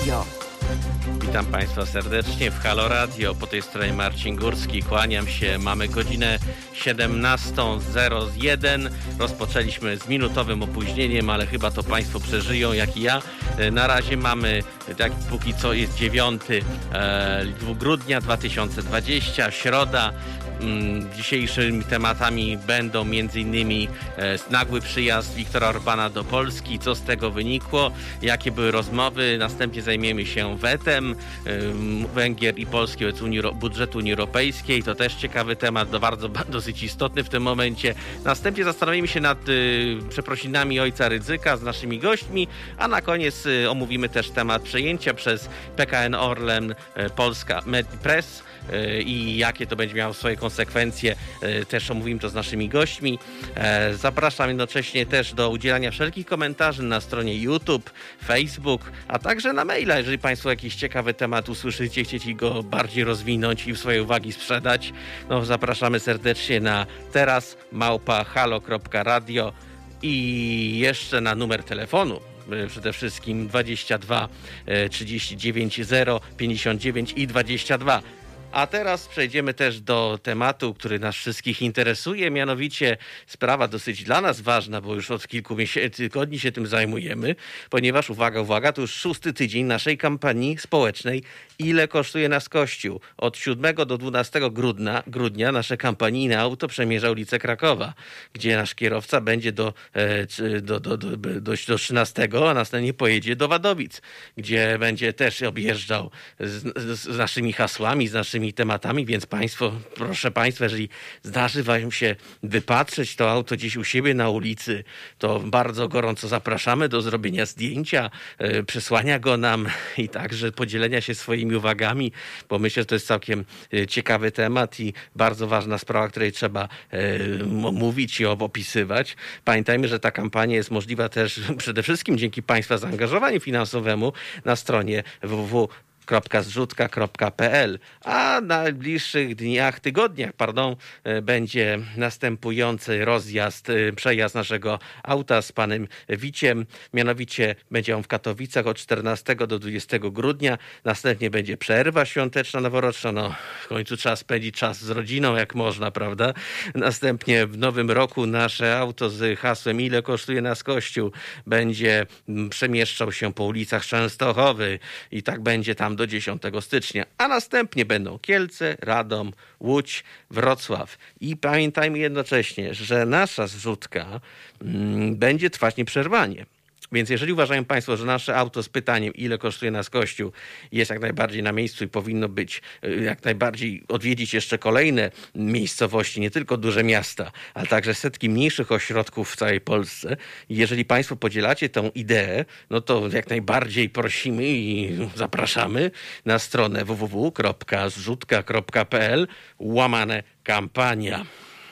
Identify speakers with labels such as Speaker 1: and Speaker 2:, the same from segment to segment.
Speaker 1: Radio.
Speaker 2: Witam Państwa serdecznie w Halo Radio. Po tej stronie Marcin Górski. Kłaniam się. Mamy godzinę 17:01. Rozpoczęliśmy z minutowym opóźnieniem, ale chyba to Państwo przeżyją, jak i ja. Na razie mamy, tak póki co jest 9 grudnia 2020, środa. Dzisiejszymi tematami będą m.in. nagły przyjazd Viktora Orbána do Polski, co z tego wynikło, jakie były rozmowy. Następnie zajmiemy się wetem Węgier i Polski wobec budżetu Unii Europejskiej. To też ciekawy temat, dosyć istotny w tym momencie. Następnie zastanowimy się nad przeprosinami ojca Rydzyka z naszymi gośćmi, a na koniec omówimy też temat przejęcia przez PKN Orlen Polska Medipress i jakie to będzie miało swoje konsekwencje. Też omówimy to z naszymi gośćmi. Zapraszam jednocześnie też do udzielania wszelkich komentarzy na stronie YouTube, Facebook, a także na maila. Jeżeli Państwo jakiś ciekawy temat usłyszycie, chcecie go bardziej rozwinąć i swoje uwagi sprzedać, no zapraszamy serdecznie na teraz@halo.radio i jeszcze na numer telefonu. Przede wszystkim 22 39 0 59 i 22. A teraz przejdziemy też do tematu, który nas wszystkich interesuje, mianowicie sprawa dosyć dla nas ważna, bo już od kilku tygodni się tym zajmujemy, ponieważ, uwaga, to już 6. tydzień naszej kampanii społecznej Ile kosztuje nas Kościół? Od 7 do 12 grudnia nasze kampanijne auto przemierza ulicę Krakowa, gdzie nasz kierowca będzie do 13, a następnie pojedzie do Wadowic, gdzie będzie też objeżdżał z naszymi hasłami, z naszymi tematami, więc proszę Państwa, jeżeli zdarzy Wam się wypatrzeć to auto gdzieś u siebie na ulicy, to bardzo gorąco zapraszamy do zrobienia zdjęcia, przesłania go nam i także podzielenia się swoimi uwagami, bo myślę, że to jest całkiem ciekawy temat i bardzo ważna sprawa, której trzeba mówić i opisywać. Pamiętajmy, że ta kampania jest możliwa też przede wszystkim dzięki Państwa zaangażowaniu finansowemu na stronie www.zrzutka.pl, a na najbliższych tygodniach, będzie następujący przejazd naszego auta z panem Wiciem. Mianowicie będzie on w Katowicach od 14 do 20 grudnia. Następnie będzie przerwa świąteczna, noworoczna. No, w końcu trzeba spędzić czas z rodziną, jak można, prawda? Następnie w nowym roku nasze auto z hasłem Ile kosztuje nas Kościół będzie przemieszczał się po ulicach Częstochowy i tak będzie tam do 10 stycznia, a następnie będą Kielce, Radom, Łódź, Wrocław. I pamiętajmy jednocześnie, że nasza zrzutka będzie trwać nieprzerwanie. Więc jeżeli uważają Państwo, że nasze auto z pytaniem, ile kosztuje nas Kościół, jest jak najbardziej na miejscu i powinno być jak najbardziej odwiedzić jeszcze kolejne miejscowości, nie tylko duże miasta, ale także setki mniejszych ośrodków w całej Polsce. I jeżeli Państwo podzielacie tę ideę, no to jak najbardziej prosimy i zapraszamy na stronę www.zrzutka.pl/kampania.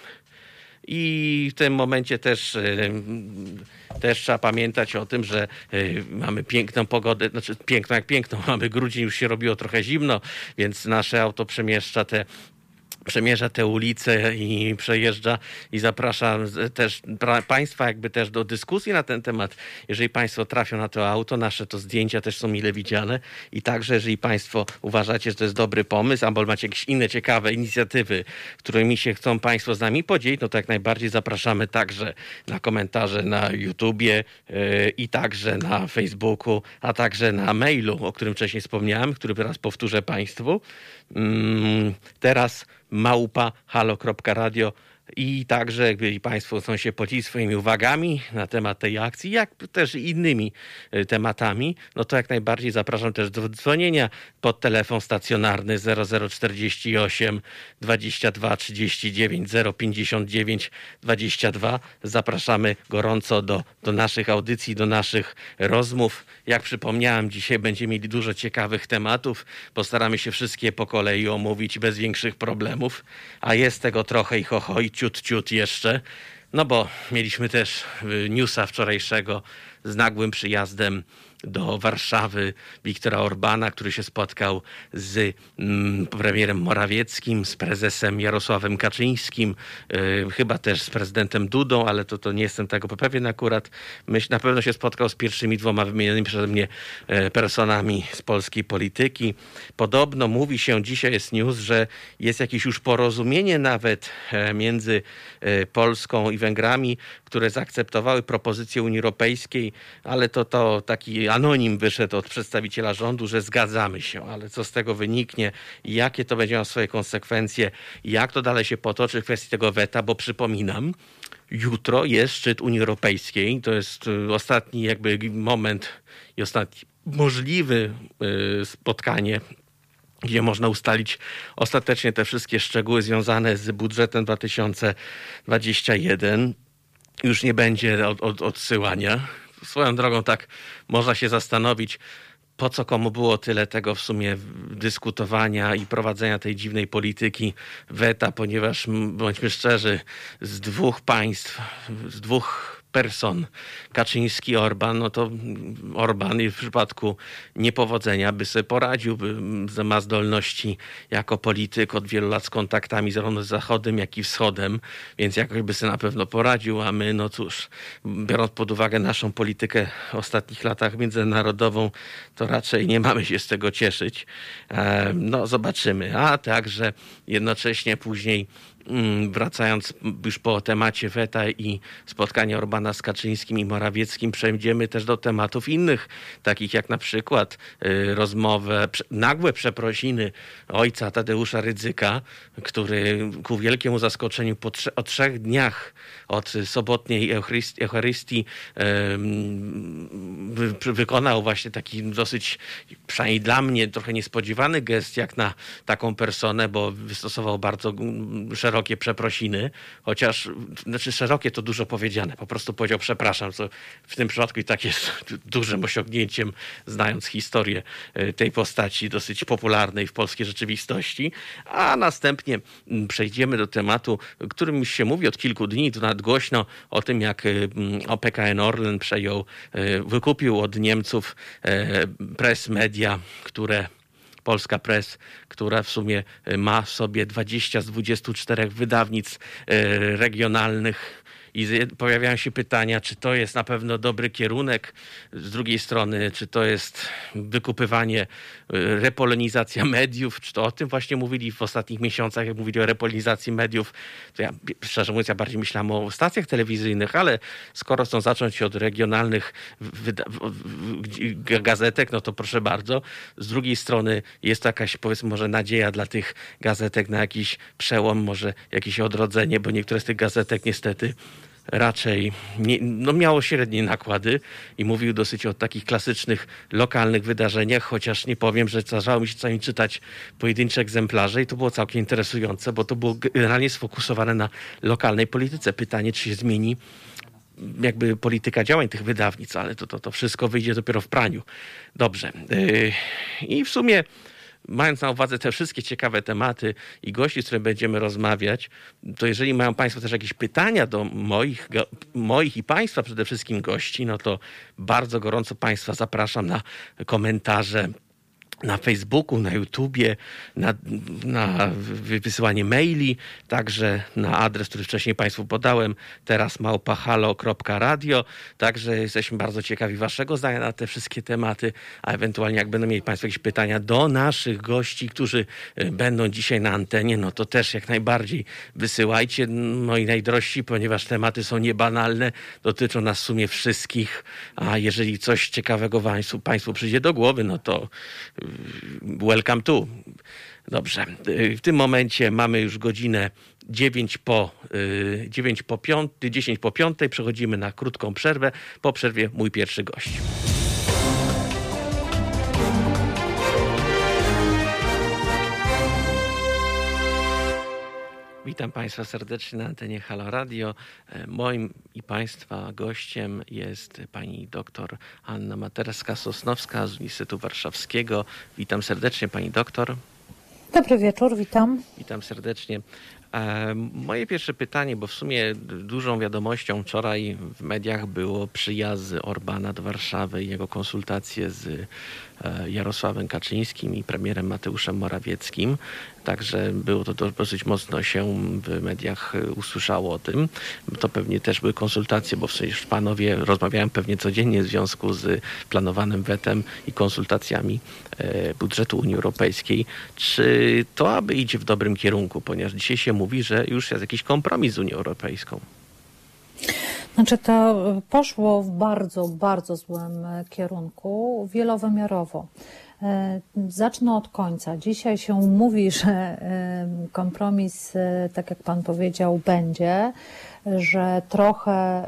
Speaker 2: I w tym momencie też trzeba pamiętać o tym, że mamy piękną pogodę, znaczy piękną jak piękną, mamy grudzień, już się robiło trochę zimno, więc nasze auto przemierza te ulice i przejeżdża i zapraszam też Państwa jakby też do dyskusji na ten temat. Jeżeli Państwo trafią na to auto, nasze to zdjęcia też są mile widziane i także jeżeli Państwo uważacie, że to jest dobry pomysł, albo macie jakieś inne ciekawe inicjatywy, którymi się chcą Państwo z nami podzielić, no to jak najbardziej zapraszamy także na komentarze na YouTubie i także na Facebooku, a także na mailu, o którym wcześniej wspomniałem, który teraz powtórzę Państwu. Teraz @halo.radio i także jeżeli Państwo chcą się podzielić swoimi uwagami na temat tej akcji, jak też innymi tematami, no to jak najbardziej zapraszam też do dzwonienia pod telefon stacjonarny 0048 22 39 059 22. Zapraszamy gorąco do naszych audycji, do naszych rozmów. Jak przypomniałem, dzisiaj będziemy mieli dużo ciekawych tematów. Postaramy się wszystkie po kolei omówić bez większych problemów, a jest tego trochę i ciut jeszcze. No bo mieliśmy też newsa wczorajszego z nagłym przyjazdem do Warszawy Viktora Orbána, który się spotkał z premierem Morawieckim, z prezesem Jarosławem Kaczyńskim, chyba też z prezydentem Dudą, ale to nie jestem tego pewien akurat. Na pewno się spotkał z pierwszymi dwoma wymienionymi przeze mnie personami z polskiej polityki. Podobno mówi się, dzisiaj jest news, że jest jakieś już porozumienie nawet między Polską i Węgrami, które zaakceptowały propozycję Unii Europejskiej, ale to taki anonim wyszedł od przedstawiciela rządu, że zgadzamy się, ale co z tego wyniknie, jakie to będzie miało swoje konsekwencje, jak to dalej się potoczy w kwestii tego weta, bo przypominam, jutro jest szczyt Unii Europejskiej, to jest ostatni jakby moment i ostatni możliwy spotkanie, gdzie można ustalić ostatecznie te wszystkie szczegóły związane z budżetem 2021. Już nie będzie odsyłania. Swoją drogą tak można się zastanowić, po co komu było tyle tego w sumie dyskutowania i prowadzenia tej dziwnej polityki weta, ponieważ bądźmy szczerzy, z dwóch państw, z dwóch person, Kaczyński, Orbán, no to Orbán w przypadku niepowodzenia by sobie poradził, ma zdolności jako polityk od wielu lat z kontaktami zarówno z Zachodem, jak i Wschodem, więc jakoś by sobie na pewno poradził, a my, no cóż, biorąc pod uwagę naszą politykę w ostatnich latach międzynarodową, to raczej nie mamy się z tego cieszyć. No zobaczymy, a także jednocześnie później wracając już po temacie weta i spotkania Orbána z Kaczyńskim i Morawieckim, przejdziemy też do tematów innych, takich jak na przykład nagłe przeprosiny ojca Tadeusza Rydzyka, który ku wielkiemu zaskoczeniu o 3 dniach od sobotniej Eucharystii wykonał właśnie taki dosyć, przynajmniej dla mnie, trochę niespodziewany gest jak na taką personę, bo wystosował bardzo szerokie przeprosiny, chociaż, znaczy szerokie to dużo powiedziane, po prostu powiedział przepraszam, co w tym przypadku i tak jest dużym osiągnięciem, znając historię tej postaci dosyć popularnej w polskiej rzeczywistości, a następnie przejdziemy do tematu, o którym już się mówi od kilku dni, tu nawet głośno o tym, jak PKN Orlen wykupił od Niemców press media, Polska Press, która w sumie ma w sobie 20 z 24 wydawnictw regionalnych i pojawiają się pytania, czy to jest na pewno dobry kierunek. Z drugiej strony, czy to jest wykupywanie, repolonizacja mediów, czy to o tym właśnie mówili w ostatnich miesiącach, jak mówili o repolonizacji mediów. To ja, szczerze mówiąc, bardziej myślałem o stacjach telewizyjnych, ale skoro chcą zacząć od regionalnych gazetek, no to proszę bardzo. Z drugiej strony jest to jakaś, powiedzmy, może nadzieja dla tych gazetek na jakiś przełom, może jakieś odrodzenie, bo niektóre z tych gazetek niestety raczej miało średnie nakłady i mówił dosyć o takich klasycznych, lokalnych wydarzeniach, chociaż nie powiem, że zdarzało mi się czasami czytać pojedyncze egzemplarze i to było całkiem interesujące, bo to było generalnie sfokusowane na lokalnej polityce. Pytanie, czy się zmieni jakby polityka działań tych wydawnictw, ale to wszystko wyjdzie dopiero w praniu. Dobrze. I w sumie mając na uwadze te wszystkie ciekawe tematy i gości, z którymi będziemy rozmawiać, to jeżeli mają Państwo też jakieś pytania do moich i Państwa przede wszystkim gości, no to bardzo gorąco Państwa zapraszam na komentarze na Facebooku, na YouTubie, na wysyłanie maili, także na adres, który wcześniej Państwu podałem, teraz @halo.radio. Także jesteśmy bardzo ciekawi Waszego zdania na te wszystkie tematy, a ewentualnie jak będą mieli Państwo jakieś pytania do naszych gości, którzy będą dzisiaj na antenie, no to też jak najbardziej wysyłajcie, moi najdrożsi, ponieważ tematy są niebanalne, dotyczą nas w sumie wszystkich, a jeżeli coś ciekawego Państwu przyjdzie do głowy, no to welcome to. Dobrze. W tym momencie mamy już godzinę 10 po 5. Przechodzimy na krótką przerwę. Po przerwie mój pierwszy gość. Witam Państwa serdecznie na antenie Halo Radio. Moim i Państwa gościem jest pani doktor Anna Materska-Sosnowska z Uniwersytetu Warszawskiego. Witam serdecznie pani doktor.
Speaker 1: Dobry wieczór, witam.
Speaker 2: Witam serdecznie. Moje pierwsze pytanie, bo w sumie dużą wiadomością wczoraj w mediach było przyjazdy Orbana do Warszawy i jego konsultacje z Jarosławem Kaczyńskim i premierem Mateuszem Morawieckim. Także było to dosyć mocno się w mediach usłyszało o tym. To pewnie też były konsultacje, bo przecież panowie rozmawiają pewnie codziennie w związku z planowanym wetem i konsultacjami budżetu Unii Europejskiej. Czy to aby idzie w dobrym kierunku, ponieważ dzisiaj się mówi, że już jest jakiś kompromis z Unią Europejską?
Speaker 1: Znaczy to poszło w bardzo, bardzo złym kierunku, wielowymiarowo. Zacznę od końca. Dzisiaj się mówi, że kompromis, tak jak pan powiedział, będzie, że trochę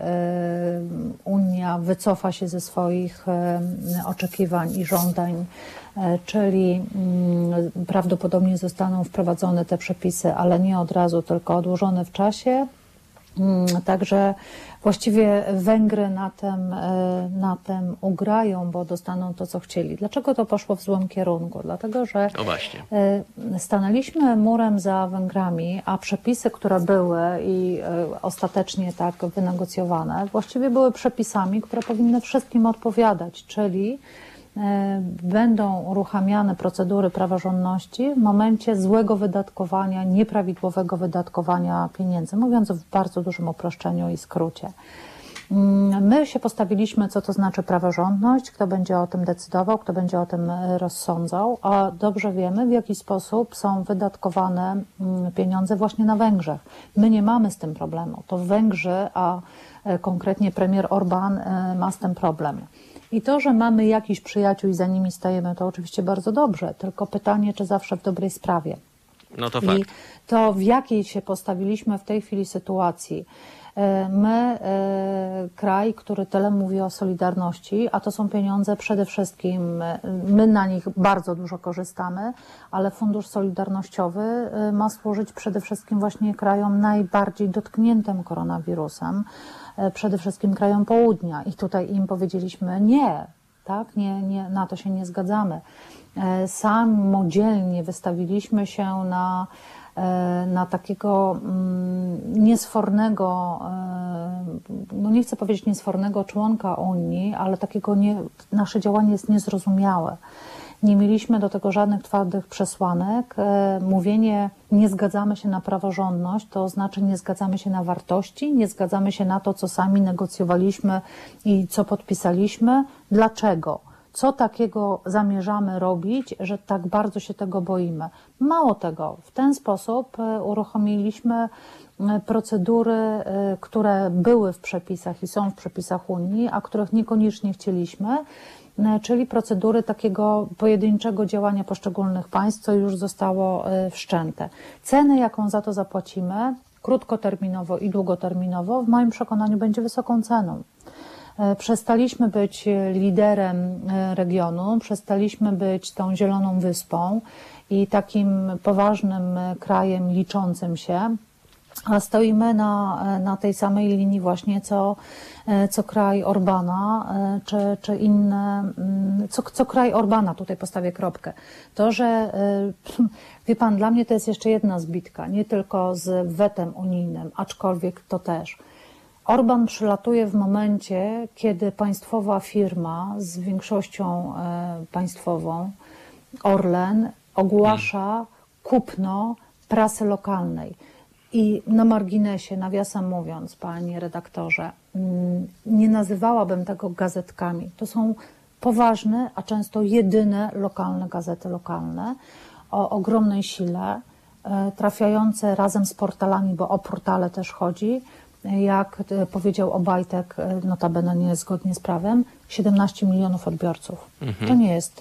Speaker 1: Unia wycofa się ze swoich oczekiwań i żądań, czyli prawdopodobnie zostaną wprowadzone te przepisy, ale nie od razu, tylko odłożone w czasie. Także właściwie Węgry na tym ugrają, bo dostaną to, co chcieli. Dlaczego to poszło w złym kierunku? Dlatego, że stanęliśmy murem za Węgrami, a przepisy, które były i ostatecznie tak wynegocjowane, właściwie były przepisami, które powinny wszystkim odpowiadać, czyli będą uruchamiane procedury praworządności w momencie złego wydatkowania, nieprawidłowego wydatkowania pieniędzy, mówiąc w bardzo dużym uproszczeniu i skrócie. My się postawiliśmy, co to znaczy praworządność, kto będzie o tym decydował, kto będzie o tym rozsądzał, a dobrze wiemy, w jaki sposób są wydatkowane pieniądze właśnie na Węgrzech. My nie mamy z tym problemu. To Węgrzy, a konkretnie premier Orbán ma z tym problem. I to, że mamy jakichś przyjaciół i za nimi stajemy, to oczywiście bardzo dobrze, tylko pytanie, czy zawsze w dobrej sprawie.
Speaker 2: No to fakt.
Speaker 1: I to w jakiej się postawiliśmy w tej chwili sytuacji. My, kraj, który tyle mówi o solidarności, a to są pieniądze przede wszystkim, my na nich bardzo dużo korzystamy, ale Fundusz Solidarnościowy ma służyć przede wszystkim właśnie krajom najbardziej dotkniętym koronawirusem, przede wszystkim krajom południa. I tutaj im powiedzieliśmy nie, tak? Nie, na to się nie zgadzamy. Samodzielnie wystawiliśmy się na takiego niesfornego, no nie chcę powiedzieć niesfornego członka Unii, ale takiego nasze działanie jest niezrozumiałe. Nie mieliśmy do tego żadnych twardych przesłanek. Mówienie nie zgadzamy się na praworządność, to znaczy nie zgadzamy się na wartości, nie zgadzamy się na to, co sami negocjowaliśmy i co podpisaliśmy. Dlaczego? Co takiego zamierzamy robić, że tak bardzo się tego boimy? Mało tego, w ten sposób uruchomiliśmy procedury, które były w przepisach i są w przepisach Unii, a których niekoniecznie chcieliśmy, czyli procedury takiego pojedynczego działania poszczególnych państw, co już zostało wszczęte. Cenę, jaką za to zapłacimy, krótkoterminowo i długoterminowo, w moim przekonaniu będzie wysoką ceną. Przestaliśmy być liderem regionu, przestaliśmy być tą zieloną wyspą i takim poważnym krajem liczącym się, a stoimy na tej samej linii właśnie, co kraj Orbana, czy inne, co kraj Orbana, tutaj postawię kropkę. To, że, wie pan, dla mnie to jest jeszcze jedna zbitka, nie tylko z wetem unijnym, aczkolwiek to też. Orbán przylatuje w momencie, kiedy państwowa firma z większością państwową, Orlen, ogłasza kupno prasy lokalnej. I na marginesie, nawiasem mówiąc, panie redaktorze, nie nazywałabym tego gazetkami. To są poważne, a często jedyne lokalne gazety lokalne o ogromnej sile, trafiające razem z portalami, bo o portale też chodzi, jak powiedział Obajtek, notabene nie zgodnie z prawem, 17 milionów odbiorców. To nie jest,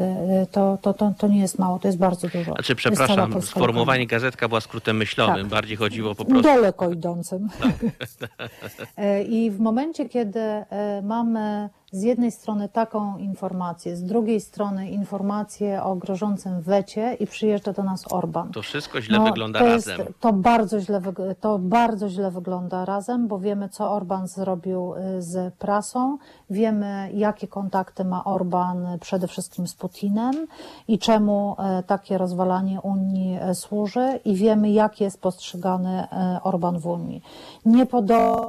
Speaker 1: to nie jest mało, to jest bardzo dużo.
Speaker 2: Znaczy, przepraszam, sformułowanie gazetka była skrótem myślowym, tak. Bardziej chodziło po prostu...
Speaker 1: Daleko idącym. Tak. I w momencie, kiedy mamy z jednej strony taką informację, z drugiej strony informację o grożącym wecie i przyjeżdża do nas Orbán.
Speaker 2: To wszystko źle wygląda razem.
Speaker 1: To bardzo źle wygląda razem, bo wiemy, co Orbán zrobił z prasą, wiemy, jakie kontakty ma Orbán przede wszystkim z Putinem i czemu takie rozwalanie Unii służy i wiemy, jak jest postrzegany Orbán w Unii. Nie podoba.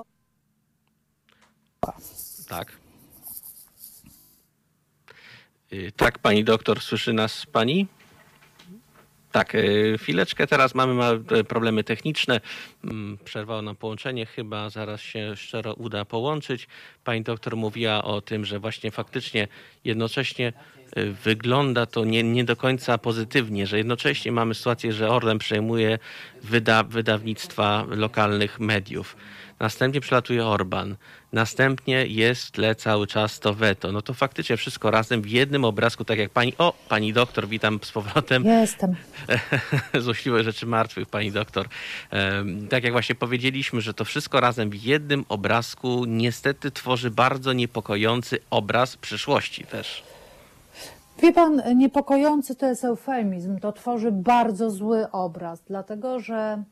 Speaker 2: Tak. Tak, pani doktor, słyszy nas pani? Tak, chwileczkę, teraz mamy problemy techniczne. Przerwało nam połączenie, chyba zaraz się jeszcze uda połączyć. Pani doktor mówiła o tym, że właśnie faktycznie jednocześnie wygląda to nie do końca pozytywnie, że jednocześnie mamy sytuację, że Orlen przejmuje wydawnictwa lokalnych mediów. Następnie przylatuje Orbán, następnie jest w tle cały czas to weto. No to faktycznie wszystko razem w jednym obrazku, tak jak pani... O, pani doktor, witam z powrotem.
Speaker 1: Jestem.
Speaker 2: Złośliwe rzeczy martwych, pani doktor. Tak jak właśnie powiedzieliśmy, że to wszystko razem w jednym obrazku niestety tworzy bardzo niepokojący obraz przyszłości też.
Speaker 1: Wie pan, niepokojący to jest eufemizm, to tworzy bardzo zły obraz, dlatego że...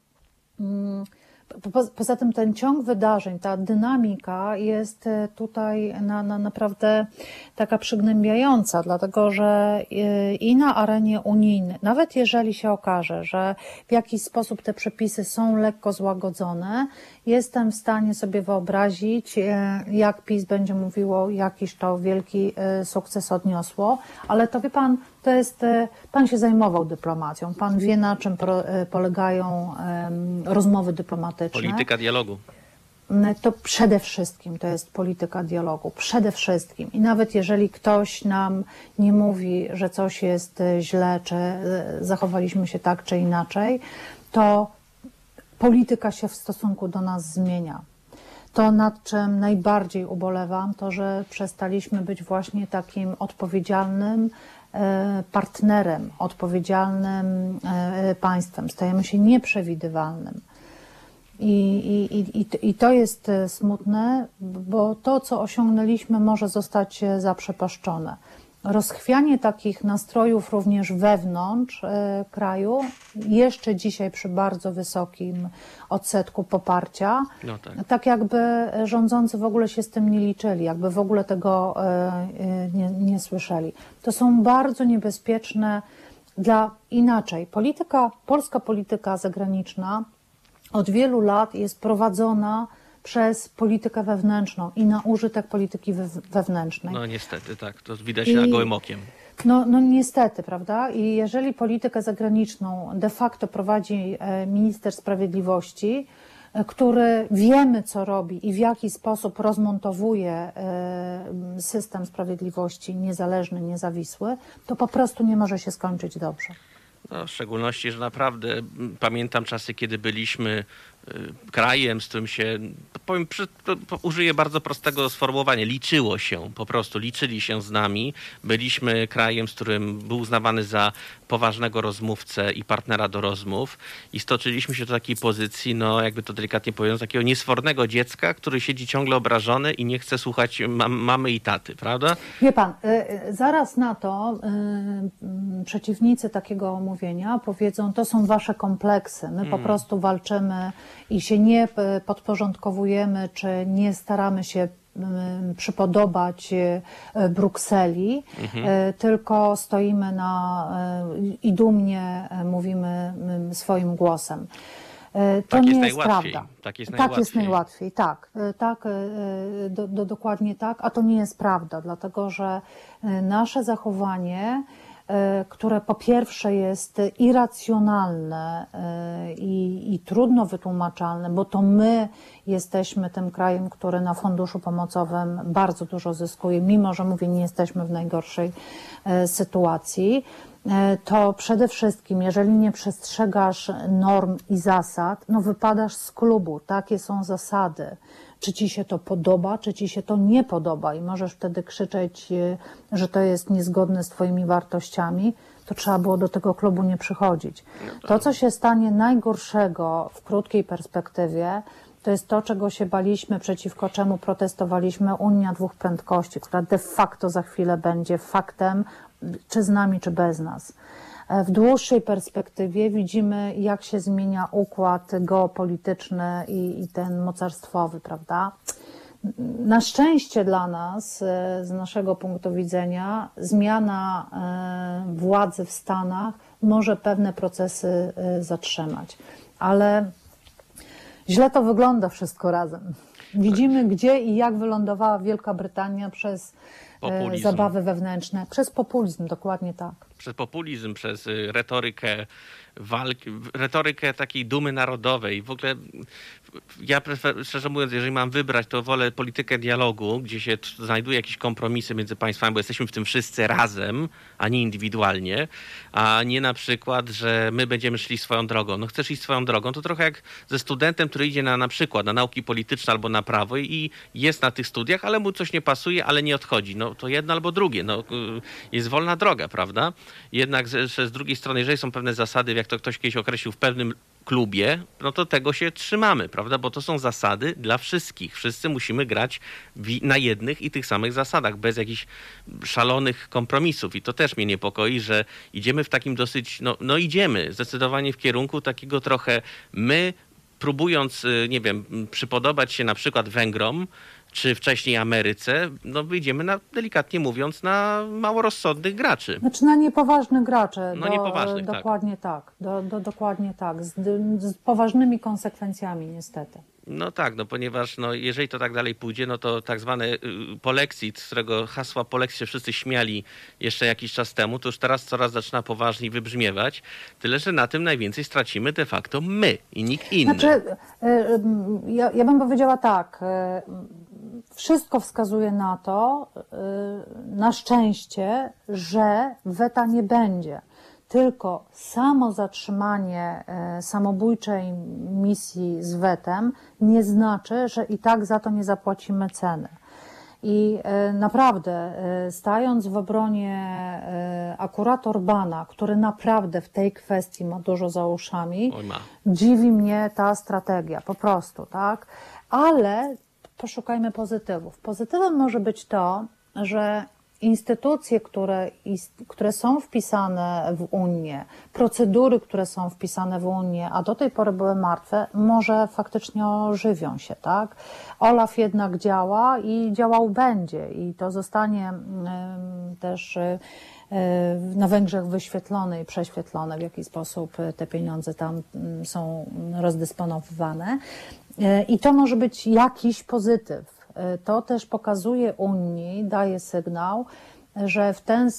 Speaker 1: Poza tym ten ciąg wydarzeń, ta dynamika jest tutaj naprawdę taka przygnębiająca, dlatego że i na arenie unijnej, nawet jeżeli się okaże, że w jakiś sposób te przepisy są lekko złagodzone, jestem w stanie sobie wyobrazić, jak PiS będzie mówiło, jakiś to wielki sukces odniosło, ale to wie pan, to jest, pan się zajmował dyplomacją, pan wie, na czym polegają rozmowy dyplomatyczne.
Speaker 2: Polityka dialogu.
Speaker 1: To przede wszystkim to jest polityka dialogu, przede wszystkim. I nawet jeżeli ktoś nam nie mówi, że coś jest źle, czy zachowaliśmy się tak, czy inaczej, to polityka się w stosunku do nas zmienia. To, nad czym najbardziej ubolewam, to, że przestaliśmy być właśnie takim odpowiedzialnym partnerem, odpowiedzialnym państwem. Stajemy się nieprzewidywalnym. I to jest smutne, bo to, co osiągnęliśmy, może zostać zaprzepaszczone. Rozchwianie takich nastrojów również wewnątrz kraju, jeszcze dzisiaj przy bardzo wysokim odsetku poparcia, no tak jakby rządzący w ogóle się z tym nie liczyli, jakby w ogóle tego nie słyszeli. To są bardzo niebezpieczne inaczej. Polska polityka zagraniczna od wielu lat jest prowadzona przez politykę wewnętrzną i na użytek polityki wewnętrznej.
Speaker 2: No niestety, tak, to widać na gołym okiem.
Speaker 1: No niestety, prawda? I jeżeli politykę zagraniczną de facto prowadzi minister sprawiedliwości, który wiemy, co robi i w jaki sposób rozmontowuje system sprawiedliwości niezależny, niezawisły, to po prostu nie może się skończyć dobrze.
Speaker 2: No, w szczególności, że naprawdę pamiętam czasy, kiedy byliśmy krajem, z którym się, użyję bardzo prostego sformułowania, liczyło się, po prostu liczyli się z nami. Byliśmy krajem, z którym był uznawany za poważnego rozmówcę i partnera do rozmów i stoczyliśmy się do takiej pozycji, no jakby to delikatnie powiedzieć, takiego niesfornego dziecka, który siedzi ciągle obrażony i nie chce słuchać mamy i taty, prawda?
Speaker 1: Wie pan, zaraz na to przeciwnicy takiego omówienia powiedzą, to są wasze kompleksy, my po prostu walczymy i się nie podporządkowujemy, czy nie staramy się przypodobać Brukseli, tylko stoimy i dumnie mówimy swoim głosem. To
Speaker 2: tak
Speaker 1: nie
Speaker 2: jest
Speaker 1: jest
Speaker 2: najłatwiej.
Speaker 1: prawda.
Speaker 2: Tak jest
Speaker 1: najłatwiej, dokładnie tak, a to nie jest prawda, dlatego że nasze zachowanie, które po pierwsze jest irracjonalne i trudno wytłumaczalne, bo to my jesteśmy tym krajem, który na funduszu pomocowym bardzo dużo zyskuje, mimo że mówię, nie jesteśmy w najgorszej sytuacji, to przede wszystkim, jeżeli nie przestrzegasz norm i zasad, no wypadasz z klubu, takie są zasady. Czy ci się to podoba, czy ci się to nie podoba i możesz wtedy krzyczeć, że to jest niezgodne z twoimi wartościami, to trzeba było do tego klubu nie przychodzić. To, co się stanie najgorszego w krótkiej perspektywie, To jest to, czego się baliśmy, przeciwko czemu protestowaliśmy. Unia dwóch prędkości, która de facto za chwilę będzie faktem, czy z nami, czy bez nas. W dłuższej perspektywie widzimy, jak się zmienia układ geopolityczny i ten mocarstwowy, prawda? Na szczęście dla nas, z naszego punktu widzenia, zmiana władzy w Stanach może pewne procesy zatrzymać. Ale źle to wygląda wszystko razem. Widzimy, gdzie i jak wylądowała Wielka Brytania przez
Speaker 2: Populizm.
Speaker 1: zabawy wewnętrzne, przez populizm, dokładnie tak.
Speaker 2: Przez populizm, przez retorykę walki, retorykę takiej dumy narodowej. W ogóle ja szczerze mówiąc, jeżeli mam wybrać, to wolę politykę dialogu, gdzie się znajduje jakieś kompromisy między państwami, bo jesteśmy w tym wszyscy razem, a nie indywidualnie, a nie na przykład, że my będziemy szli swoją drogą. No chcesz iść swoją drogą, to trochę jak ze studentem, który idzie na przykład na nauki polityczne albo na prawo i jest na tych studiach, ale mu coś nie pasuje, ale nie odchodzi. No to jedno albo drugie. No, jest wolna droga, prawda? Jednak z drugiej strony, jeżeli są pewne zasady, jak to ktoś kiedyś określił, w pewnym klubie, no to tego się trzymamy, prawda? Bo to są zasady dla wszystkich. Wszyscy musimy grać na jednych i tych samych zasadach, bez jakichś szalonych kompromisów. I to też mnie niepokoi, że idziemy w takim dosyć, no idziemy zdecydowanie w kierunku takiego trochę my, próbując, nie wiem, przypodobać się na przykład Węgrom, czy wcześniej Ameryce, no wyjdziemy, delikatnie mówiąc, na mało rozsądnych graczy.
Speaker 1: Znaczy na niepoważnych graczy.
Speaker 2: No niepoważnych,
Speaker 1: dokładnie tak. Dokładnie tak. Z poważnymi konsekwencjami niestety.
Speaker 2: No tak, no ponieważ jeżeli to tak dalej pójdzie, no to tak zwany polexit, z którego hasła polexit się wszyscy śmiali jeszcze jakiś czas temu, to już teraz coraz zaczyna poważniej wybrzmiewać. Tyle, że na tym najwięcej stracimy de facto my i nikt inny.
Speaker 1: Znaczy, ja bym powiedziała tak, wszystko wskazuje na to, na szczęście, że weta nie będzie. Tylko samo zatrzymanie samobójczej misji z wetem nie znaczy, że i tak za to nie zapłacimy ceny. I naprawdę, stając w obronie akurat Orbana, który naprawdę w tej kwestii ma dużo za uszami, dziwi mnie ta strategia, po prostu, tak? Ale poszukajmy pozytywów. Pozytywem może być to, że instytucje, które są wpisane w Unię, procedury, które są wpisane w Unię, a do tej pory były martwe, może faktycznie ożywią się, tak? OLAF jednak działa i działał będzie i to zostanie też na Węgrzech wyświetlone i prześwietlone, w jaki sposób te pieniądze tam są rozdysponowywane. I to może być jakiś pozytyw. To też pokazuje Unii, daje sygnał, że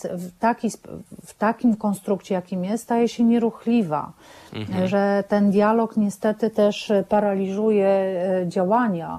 Speaker 1: w takim konstrukcie, jakim jest, staje się nieruchliwa. Że ten dialog niestety też paraliżuje działania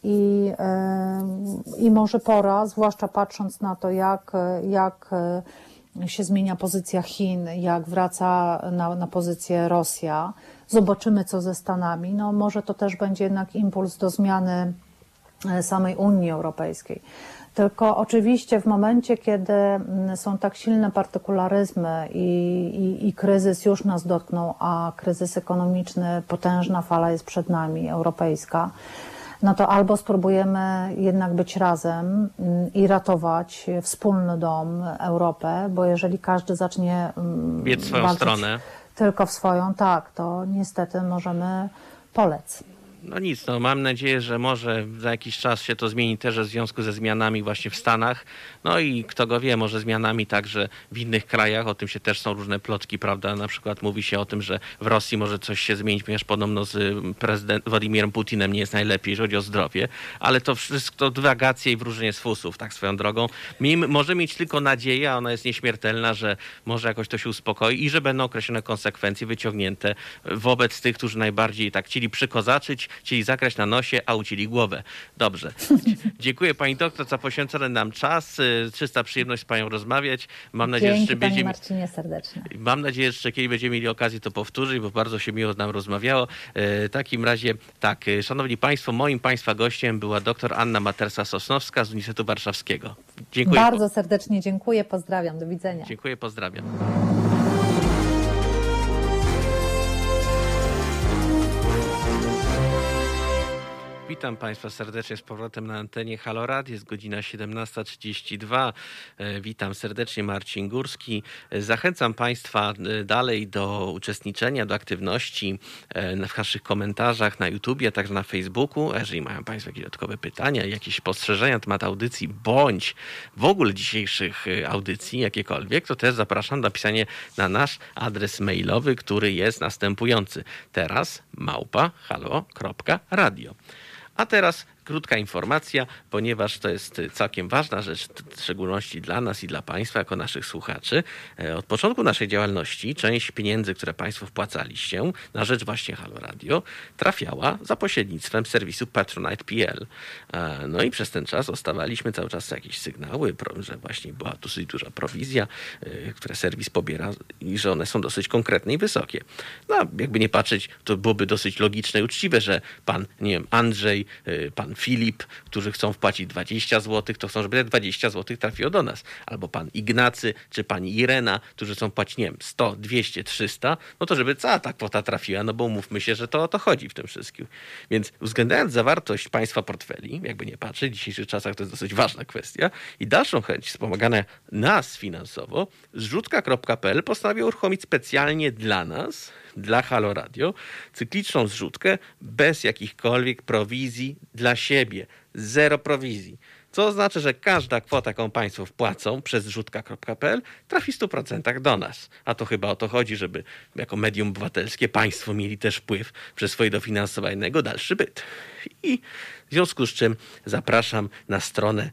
Speaker 1: i może pora, zwłaszcza patrząc na to, jak się zmienia pozycja Chin, jak wraca na pozycję Rosja, zobaczymy, co ze Stanami. No może to też będzie jednak impuls do zmiany samej Unii Europejskiej. Tylko oczywiście w momencie, kiedy są tak silne partykularyzmy i kryzys już nas dotknął, a kryzys ekonomiczny, potężna fala jest przed nami, europejska, no to albo spróbujemy jednak być razem i ratować wspólny dom, Europę, bo jeżeli każdy zacznie
Speaker 2: biec swoją stronę,
Speaker 1: tylko w swoją, tak, to niestety możemy polec.
Speaker 2: No nic, mam nadzieję, że może za jakiś czas się to zmieni też w związku ze zmianami właśnie w Stanach. No i kto go wie, może zmianami także w innych krajach. O tym się też są różne plotki, prawda? Na przykład mówi się o tym, że w Rosji może coś się zmienić, ponieważ podobno z prezydentem Władimirem Putinem nie jest najlepiej, jeżeli chodzi o zdrowie. Ale to wszystko to dywagacje i wróżenie z fusów, tak swoją drogą. Może mieć tylko nadzieję, a ona jest nieśmiertelna, że może jakoś to się uspokoi i że będą określone konsekwencje wyciągnięte wobec tych, którzy najbardziej tak chcieli przykozaczyć, chcieli zagrać na nosie, a ucięli głowę. Dobrze. Dziękuję pani doktor za poświęcony nam czas. Czysta przyjemność z panią rozmawiać. Mam nadzieję,
Speaker 1: Dzięki, panie Marcinie, serdecznie.
Speaker 2: Mam nadzieję, że kiedyś będziemy mieli okazję to powtórzyć, bo bardzo się miło nam rozmawiało. W takim razie tak, szanowni państwo, moim państwa gościem była dr Anna Matersa-Sosnowska z Uniwersytetu Warszawskiego. Dziękuję.
Speaker 1: Bardzo serdecznie dziękuję, pozdrawiam, do widzenia.
Speaker 2: Dziękuję, pozdrawiam. Witam Państwa serdecznie z powrotem na antenie Halo Radio. Jest godzina 17:32. Witam serdecznie, Marcin Górski. Zachęcam Państwa dalej do uczestniczenia, do aktywności w naszych komentarzach na YouTubie, a także na Facebooku. Jeżeli mają Państwo jakieś dodatkowe pytania, jakieś spostrzeżenia na temat audycji, bądź w ogóle dzisiejszych audycji, jakiekolwiek, to też zapraszam do napisania na nasz adres mailowy, który jest następujący. Teraz @halo.radio. A teraz krótka informacja, ponieważ to jest całkiem ważna rzecz, w szczególności dla nas i dla Państwa, jako naszych słuchaczy. Od początku naszej działalności część pieniędzy, które Państwo wpłacaliście na rzecz właśnie Halo Radio, trafiała za pośrednictwem serwisu Patronite.pl. No i przez ten czas dostawaliśmy cały czas jakieś sygnały, że właśnie była dosyć duża prowizja, które serwis pobiera i że one są dosyć konkretne i wysokie. No, jakby nie patrzeć, to byłoby dosyć logiczne i uczciwe, że pan, nie wiem, Andrzej, pan Filip, którzy chcą wpłacić 20 zł, to chcą, żeby te 20 zł trafiło do nas. Albo pan Ignacy, czy pani Irena, którzy chcą płacić, nie wiem, 100, 200, 300, no to żeby cała ta kwota trafiła, no bo umówmy się, że to o to chodzi w tym wszystkim. Więc uwzględniając zawartość państwa portfeli, jakby nie patrzeć, w dzisiejszych czasach to jest dosyć ważna kwestia i dalszą chęć wspomagania nas finansowo, zrzutka.pl postanowił uruchomić specjalnie dla nas, dla Halo Radio, cykliczną zrzutkę bez jakichkolwiek prowizji dla siebie. Zero prowizji. Co oznacza, że każda kwota, jaką Państwo wpłacą przez zrzutka.pl trafi w 100% do nas. A to chyba o to chodzi, żeby jako medium obywatelskie Państwo mieli też wpływ przez swoje dofinansowanie na jego dalszy byt. I w związku z czym zapraszam na stronę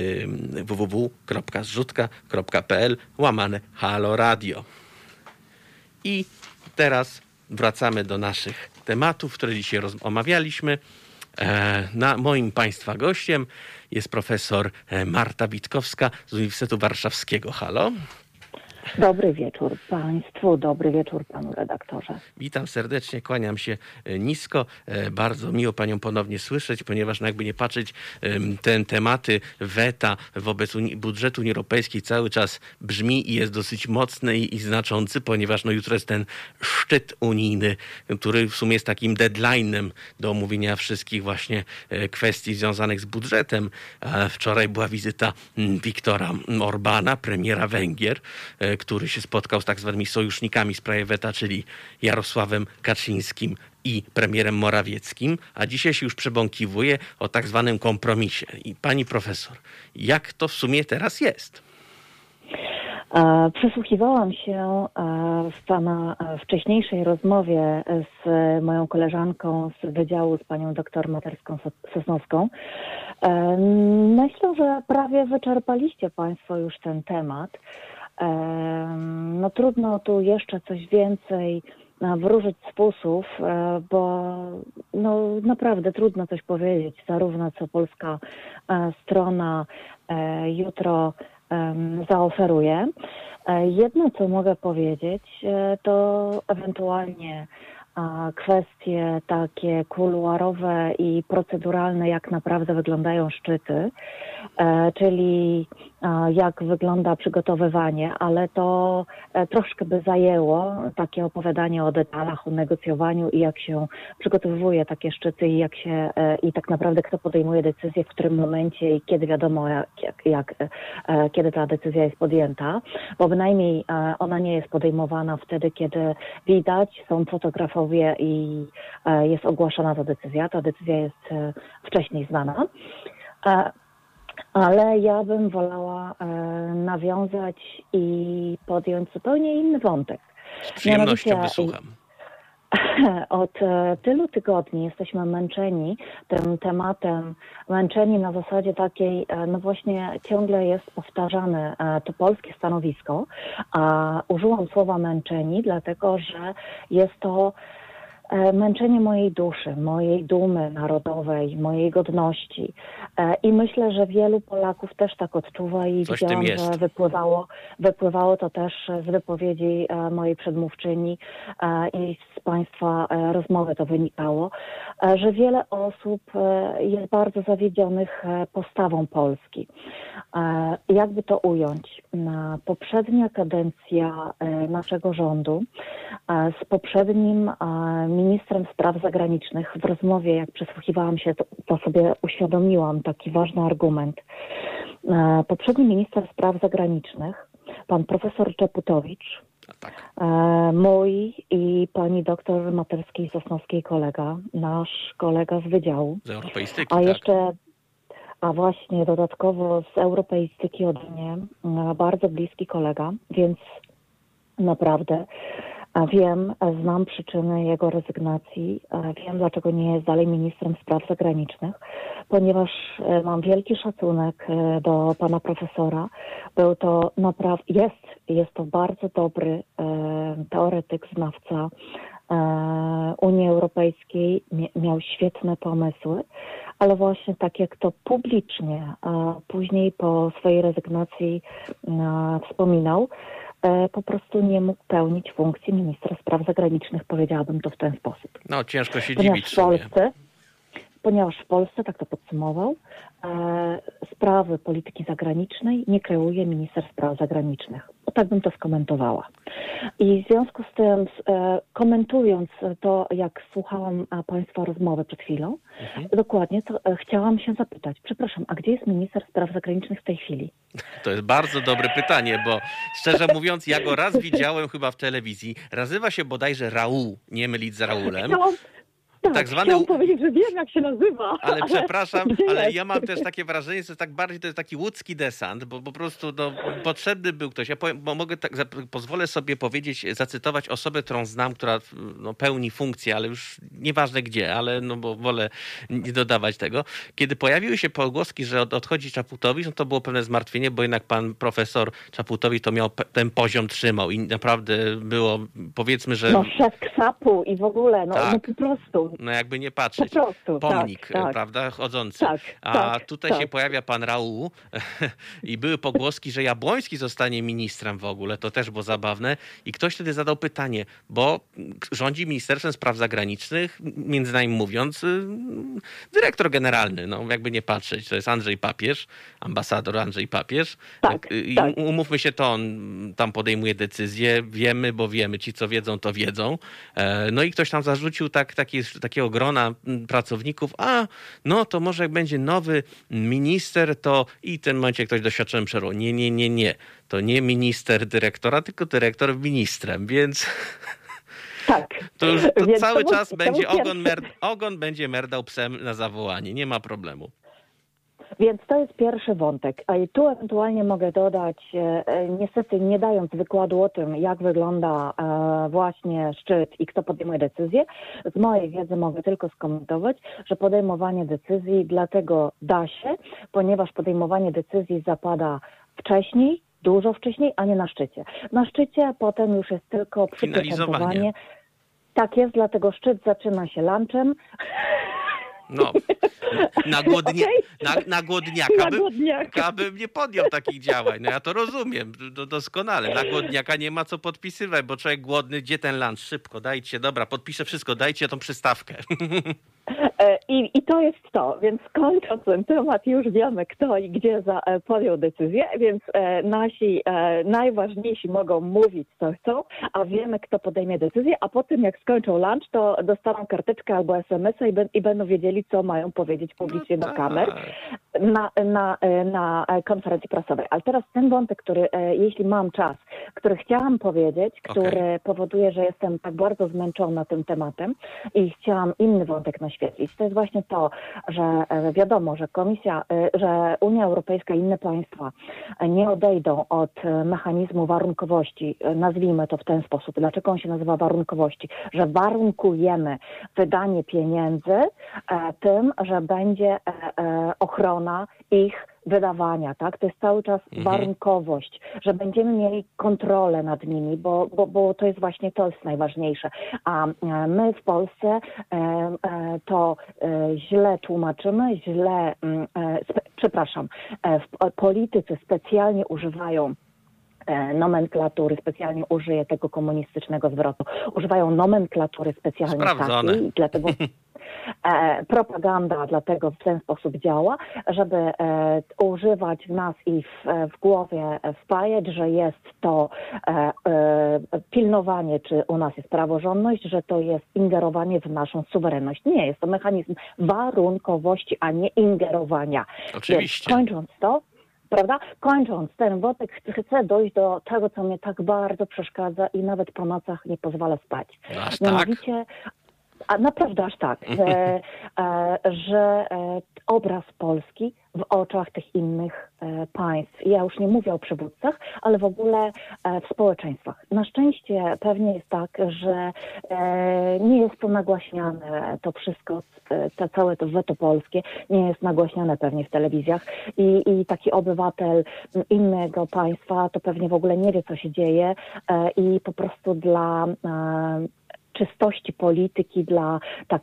Speaker 2: www.zrzutka.pl/Halo Radio. I teraz wracamy do naszych tematów, które dzisiaj omawialiśmy. Moim Państwa gościem jest profesor Marta Witkowska z Uniwersytetu Warszawskiego. Halo.
Speaker 3: Dobry wieczór Państwu, dobry wieczór Panu redaktorze.
Speaker 2: Witam serdecznie, kłaniam się nisko. Bardzo miło Panią ponownie słyszeć, ponieważ jakby nie patrzeć, te tematy weta wobec budżetu Unii Europejskiej cały czas brzmi i jest dosyć mocny i znaczący, ponieważ jutro jest ten szczyt unijny, który w sumie jest takim deadline'em do omówienia wszystkich właśnie kwestii związanych z budżetem. Wczoraj była wizyta Viktora Orbana, premiera Węgier, który się spotkał z tak zwanymi sojusznikami w sprawie weta, czyli Jarosławem Kaczyńskim i premierem Morawieckim, a dzisiaj się już przebąkiwuje o tak zwanym kompromisie. I pani profesor, jak to w sumie teraz jest?
Speaker 3: Przysłuchiwałam się w Pana wcześniejszej rozmowie z moją koleżanką z wydziału, z panią doktor Materską-Sosnowską. Myślę, że prawie wyczerpaliście Państwo już ten temat. No trudno tu jeszcze coś więcej wróżyć z fusów, bo no naprawdę trudno coś powiedzieć, zarówno co polska strona jutro zaoferuje. Jedno, co mogę powiedzieć, to ewentualnie kwestie takie kuluarowe i proceduralne, jak naprawdę wyglądają szczyty, czyli jak wygląda przygotowywanie, ale to troszkę by zajęło takie opowiadanie o detalach, o negocjowaniu i jak się przygotowuje takie szczyty i i tak naprawdę kto podejmuje decyzję, w którym momencie i kiedy wiadomo, kiedy ta decyzja jest podjęta, bo bynajmniej ona nie jest podejmowana wtedy, kiedy widać, są fotografowie i jest ogłaszana ta decyzja. Ta decyzja jest wcześniej znana. Ale ja bym wolała nawiązać i podjąć zupełnie inny wątek.
Speaker 2: Z przyjemnością wysłucham.
Speaker 3: Od tylu tygodni jesteśmy męczeni tym tematem, męczeni na zasadzie takiej, no właśnie ciągle jest powtarzane to polskie stanowisko, a użyłam słowa męczeni, dlatego że jest to męczenie mojej duszy, mojej dumy narodowej, mojej godności. I myślę, że wielu Polaków też tak odczuwa i widziałam, że wypływało to też z wypowiedzi mojej przedmówczyni i z Państwa rozmowy to wynikało, że wiele osób jest bardzo zawiedzionych postawą Polski. Jakby to ująć? poprzednia kadencja naszego rządu z poprzednim ministrem spraw zagranicznych w rozmowie, jak przysłuchiwałam się, to sobie uświadomiłam taki ważny argument. Poprzedni minister spraw zagranicznych, pan profesor Czaputowicz, mój i pani doktor Materskiej-Sosnowskiej kolega, nasz kolega z wydziału,
Speaker 2: Z europeistyki,
Speaker 3: a jeszcze, a właśnie dodatkowo z europeistyki ode mnie, bardzo bliski kolega, więc naprawdę wiem, znam przyczyny jego rezygnacji, wiem, dlaczego nie jest dalej ministrem spraw zagranicznych, ponieważ mam wielki szacunek do pana profesora. Był to naprawdę, jest to bardzo dobry teoretyk, znawca Unii Europejskiej, miał świetne pomysły, ale właśnie tak jak to publicznie, później po swojej rezygnacji wspominał, po prostu nie mógł pełnić funkcji ministra spraw zagranicznych, powiedziałabym to w ten sposób.
Speaker 2: No, ciężko się
Speaker 3: Ponieważ
Speaker 2: dziwić sobie.
Speaker 3: Ponieważ w Polsce, tak to podsumował, sprawy polityki zagranicznej nie kreuje minister spraw zagranicznych. O tak bym to skomentowała. I w związku z tym, komentując to, jak słuchałam państwa rozmowy przed chwilą, dokładnie, to chciałam się zapytać, przepraszam, a gdzie jest minister spraw zagranicznych w tej chwili?
Speaker 2: To jest bardzo dobre pytanie, bo szczerze mówiąc, ja go raz widziałem chyba w telewizji. Nazywa się bodajże Raul, nie mylić z Raulem.
Speaker 3: Tak zwany... Chciałam powiedzieć, że wiem, jak się nazywa.
Speaker 2: Ale przepraszam, ale ja mam też takie wrażenie, że to jest taki łódzki desant, bo po prostu potrzebny był ktoś. Ja powiem, bo pozwolę sobie powiedzieć, zacytować osobę, którą znam, która pełni funkcję, ale już nieważne gdzie, ale bo wolę nie dodawać tego. Kiedy pojawiły się pogłoski, że odchodzi Czaputowicz, to było pewne zmartwienie, bo jednak pan profesor Czaputowicz to miał ten poziom trzymał i naprawdę było, powiedzmy, że...
Speaker 3: szef KSAP-u i w ogóle, po prostu...
Speaker 2: No jakby nie patrzeć.
Speaker 3: Po prostu,
Speaker 2: pomnik,
Speaker 3: tak.
Speaker 2: prawda, chodzący. Tutaj się pojawia pan Raul i były pogłoski, że Jabłoński zostanie ministrem w ogóle. To też było zabawne. I ktoś wtedy zadał pytanie, bo rządzi Ministerstwem Spraw Zagranicznych, między nami mówiąc, dyrektor generalny, jakby nie patrzeć. To jest Andrzej Papierz, ambasador Andrzej Papierz. Umówmy się, to on tam podejmuje decyzje. Wiemy, bo wiemy. Ci, co wiedzą, to wiedzą. No i ktoś tam zarzucił takiego grona pracowników, to może jak będzie nowy minister, to i w tym momencie ktoś doświadczony przerwał. Nie. To nie minister dyrektora, tylko dyrektor ministrem, więc...
Speaker 3: Tak.
Speaker 2: To już cały czas będzie ogon będzie merdał psem na zawołanie. Nie ma problemu.
Speaker 3: Więc to jest pierwszy wątek. A i tu ewentualnie mogę dodać, niestety nie dając wykładu o tym, jak wygląda właśnie szczyt i kto podejmuje decyzje, z mojej wiedzy mogę tylko skomentować, że podejmowanie decyzji dlatego da się, ponieważ podejmowanie decyzji zapada wcześniej, dużo wcześniej, a nie na szczycie. Na szczycie potem już jest tylko przyprezentowanie. Tak jest, dlatego szczyt zaczyna się lunchem.
Speaker 2: Na głodniaka bym nie podjął takich działań. Ja to rozumiem doskonale. Na głodniaka nie ma co podpisywać, bo człowiek głodny, gdzie ten lunch? Szybko, dajcie, dobra, podpiszę wszystko, dajcie tą przystawkę.
Speaker 3: I to jest to, więc kończąc ten temat, już wiemy kto i gdzie podjął decyzję, więc nasi najważniejsi mogą mówić co chcą, a wiemy kto podejmie decyzję, a po tym jak skończą lunch, to dostaną karteczkę albo SMS-a i będą wiedzieli, co mają powiedzieć publicznie do kamer na konferencji prasowej. Ale teraz ten wątek, który, jeśli mam czas, który chciałam powiedzieć, który powoduje, że jestem tak bardzo zmęczona tym tematem i chciałam inny wątek naświetlić. To jest właśnie to, że wiadomo, że że Unia Europejska i inne państwa nie odejdą od mechanizmu warunkowości, nazwijmy to w ten sposób. Dlaczego on się nazywa warunkowości? Że warunkujemy wydanie pieniędzy tym, że będzie ochrona ich wydawania, tak? To jest cały czas warunkowość, że będziemy mieli kontrolę nad nimi, bo to jest właśnie, to jest najważniejsze. A my w Polsce to źle tłumaczymy, politycy specjalnie używają nomenklatury, specjalnie użyję tego komunistycznego zwrotu, używają nomenklatury specjalnie takiej, propaganda dlatego w ten sposób działa, żeby używać w nas i w głowie wpajać, że jest to pilnowanie, czy u nas jest praworządność, że to jest ingerowanie w naszą suwerenność. Nie, jest to mechanizm warunkowości, a nie ingerowania.
Speaker 2: Oczywiście.
Speaker 3: Więc kończąc to, prawda? Kończąc ten wątek, chcę dojść do tego, co mnie tak bardzo przeszkadza i nawet po nocach nie pozwala spać.
Speaker 2: Aż tak?
Speaker 3: Mianowicie, a naprawdę aż tak, że obraz Polski w oczach tych innych państw. Ja już nie mówię o przywódcach, ale w ogóle w społeczeństwach. Na szczęście pewnie jest tak, że nie jest to nagłaśniane, to wszystko, całe to weto polskie nie jest nagłaśniane pewnie w telewizjach i taki obywatel innego państwa to pewnie w ogóle nie wie, co się dzieje i po prostu dla czystości polityki, dla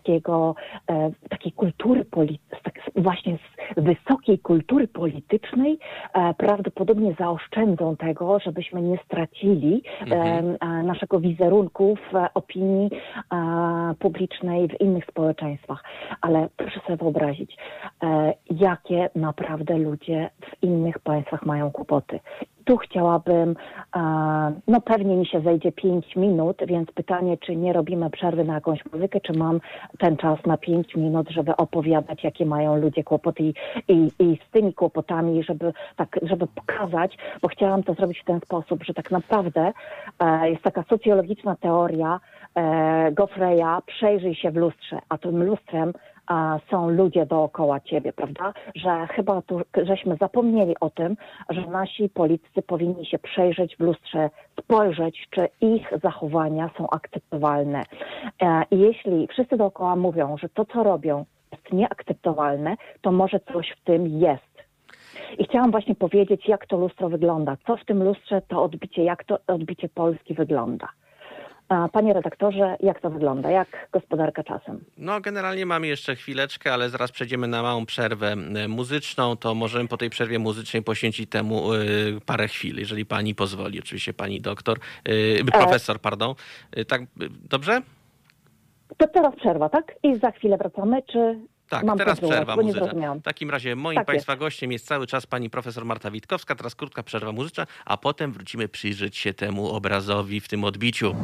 Speaker 3: takiej kultury właśnie z wysokiej kultury politycznej prawdopodobnie zaoszczędzą tego, żebyśmy nie stracili naszego wizerunku w opinii publicznej w innych społeczeństwach. Ale proszę sobie wyobrazić, jakie naprawdę ludzie w innych państwach mają kłopoty. Tu chciałabym, no pewnie mi się zejdzie 5 minut, więc pytanie, czy nie robimy przerwy na jakąś muzykę, czy mam ten czas na 5 minut, żeby opowiadać, jakie mają ludzie kłopoty i z tymi kłopotami, żeby pokazać, bo chciałam to zrobić w ten sposób, że tak naprawdę jest taka socjologiczna teoria Goffreya, przejrzyj się w lustrze, a tym lustrem są ludzie dookoła ciebie, prawda? Że chyba tu żeśmy zapomnieli o tym, że nasi politycy powinni się przejrzeć w lustrze, spojrzeć, czy ich zachowania są akceptowalne. I jeśli wszyscy dookoła mówią, że to, co robią, jest nieakceptowalne, to może coś w tym jest. I chciałam właśnie powiedzieć, jak to lustro wygląda. Co w tym lustrze to odbicie, jak to odbicie Polski wygląda. Panie redaktorze, jak to wygląda? Jak gospodarka czasem?
Speaker 2: No generalnie mamy jeszcze chwileczkę, ale zaraz przejdziemy na małą przerwę muzyczną. To możemy po tej przerwie muzycznej poświęcić temu parę chwil, jeżeli pani pozwoli. Oczywiście pani doktor, profesor, pardon. Tak, dobrze?
Speaker 3: To teraz przerwa, tak? I za chwilę wracamy, czy...
Speaker 2: Tak,
Speaker 3: mam
Speaker 2: teraz
Speaker 3: podróż,
Speaker 2: przerwa
Speaker 3: bo nie
Speaker 2: muzyczna.
Speaker 3: zrozumiałam.
Speaker 2: W takim razie moim
Speaker 3: Tak
Speaker 2: państwa
Speaker 3: jest.
Speaker 2: gościem jest cały czas pani profesor Marta Witkowska. Teraz krótka przerwa muzyczna, a potem wrócimy przyjrzeć się temu obrazowi w tym odbiciu.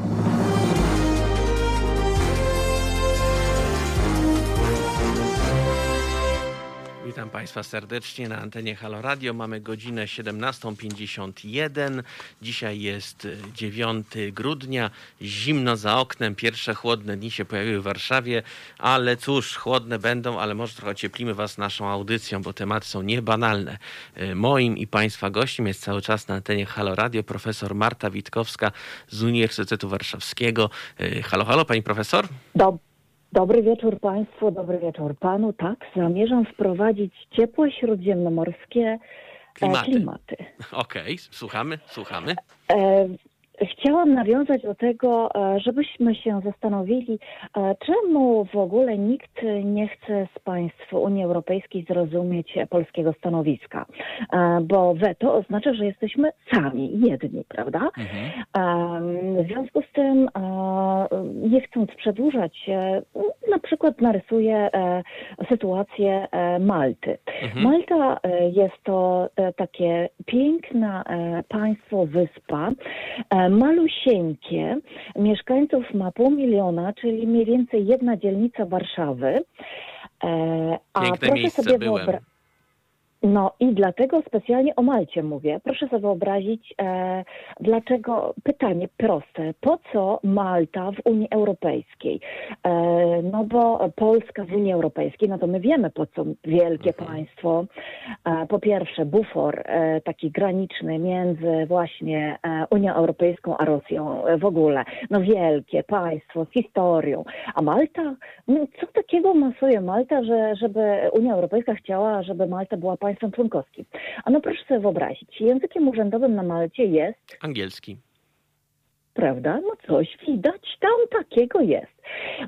Speaker 2: Witam Państwa serdecznie na antenie Halo Radio. Mamy godzinę 17:51. Dzisiaj jest 9 grudnia. Zimno za oknem. Pierwsze chłodne dni się pojawiły w Warszawie. Ale cóż, chłodne będą, ale może trochę ocieplimy Was naszą audycją, bo tematy są niebanalne. Moim i Państwa gościem jest cały czas na antenie Halo Radio profesor Marta Witkowska z Uniwersytetu Warszawskiego. Halo, halo, pani profesor?
Speaker 3: Dobry wieczór Państwu, dobry wieczór Panu. Tak, zamierzam wprowadzić ciepłe śródziemnomorskie klimaty.
Speaker 2: Okej, słuchamy.
Speaker 3: Chciałam nawiązać do tego, żebyśmy się zastanowili, czemu w ogóle nikt nie chce z państw Unii Europejskiej zrozumieć polskiego stanowiska. Bo weto oznacza, że jesteśmy sami, jedni, prawda? W związku z tym, nie chcąc przedłużać, na przykład narysuję sytuację Malty. Malta jest to takie piękne państwo, wyspa, malusieńkie, mieszkańców ma 500 000, czyli mniej więcej 1 dzielnica Warszawy.
Speaker 2: Piękne miejsce byłem.
Speaker 3: No i dlatego specjalnie o Malcie mówię. Proszę sobie wyobrazić, dlaczego, pytanie proste, po co Malta w Unii Europejskiej? No bo Polska w Unii Europejskiej, no to my wiemy po co wielkie państwo. Po pierwsze bufor taki graniczny między właśnie Unią Europejską a Rosją w ogóle. No wielkie państwo z historią. A Malta? No, co takiego ma sobie Malta, żeby Unia Europejska chciała, żeby Malta była państwem członkowskim? A no proszę sobie wyobrazić, językiem urzędowym na Malcie jest...
Speaker 2: Angielski.
Speaker 3: Prawda? No coś widać tam takiego jest.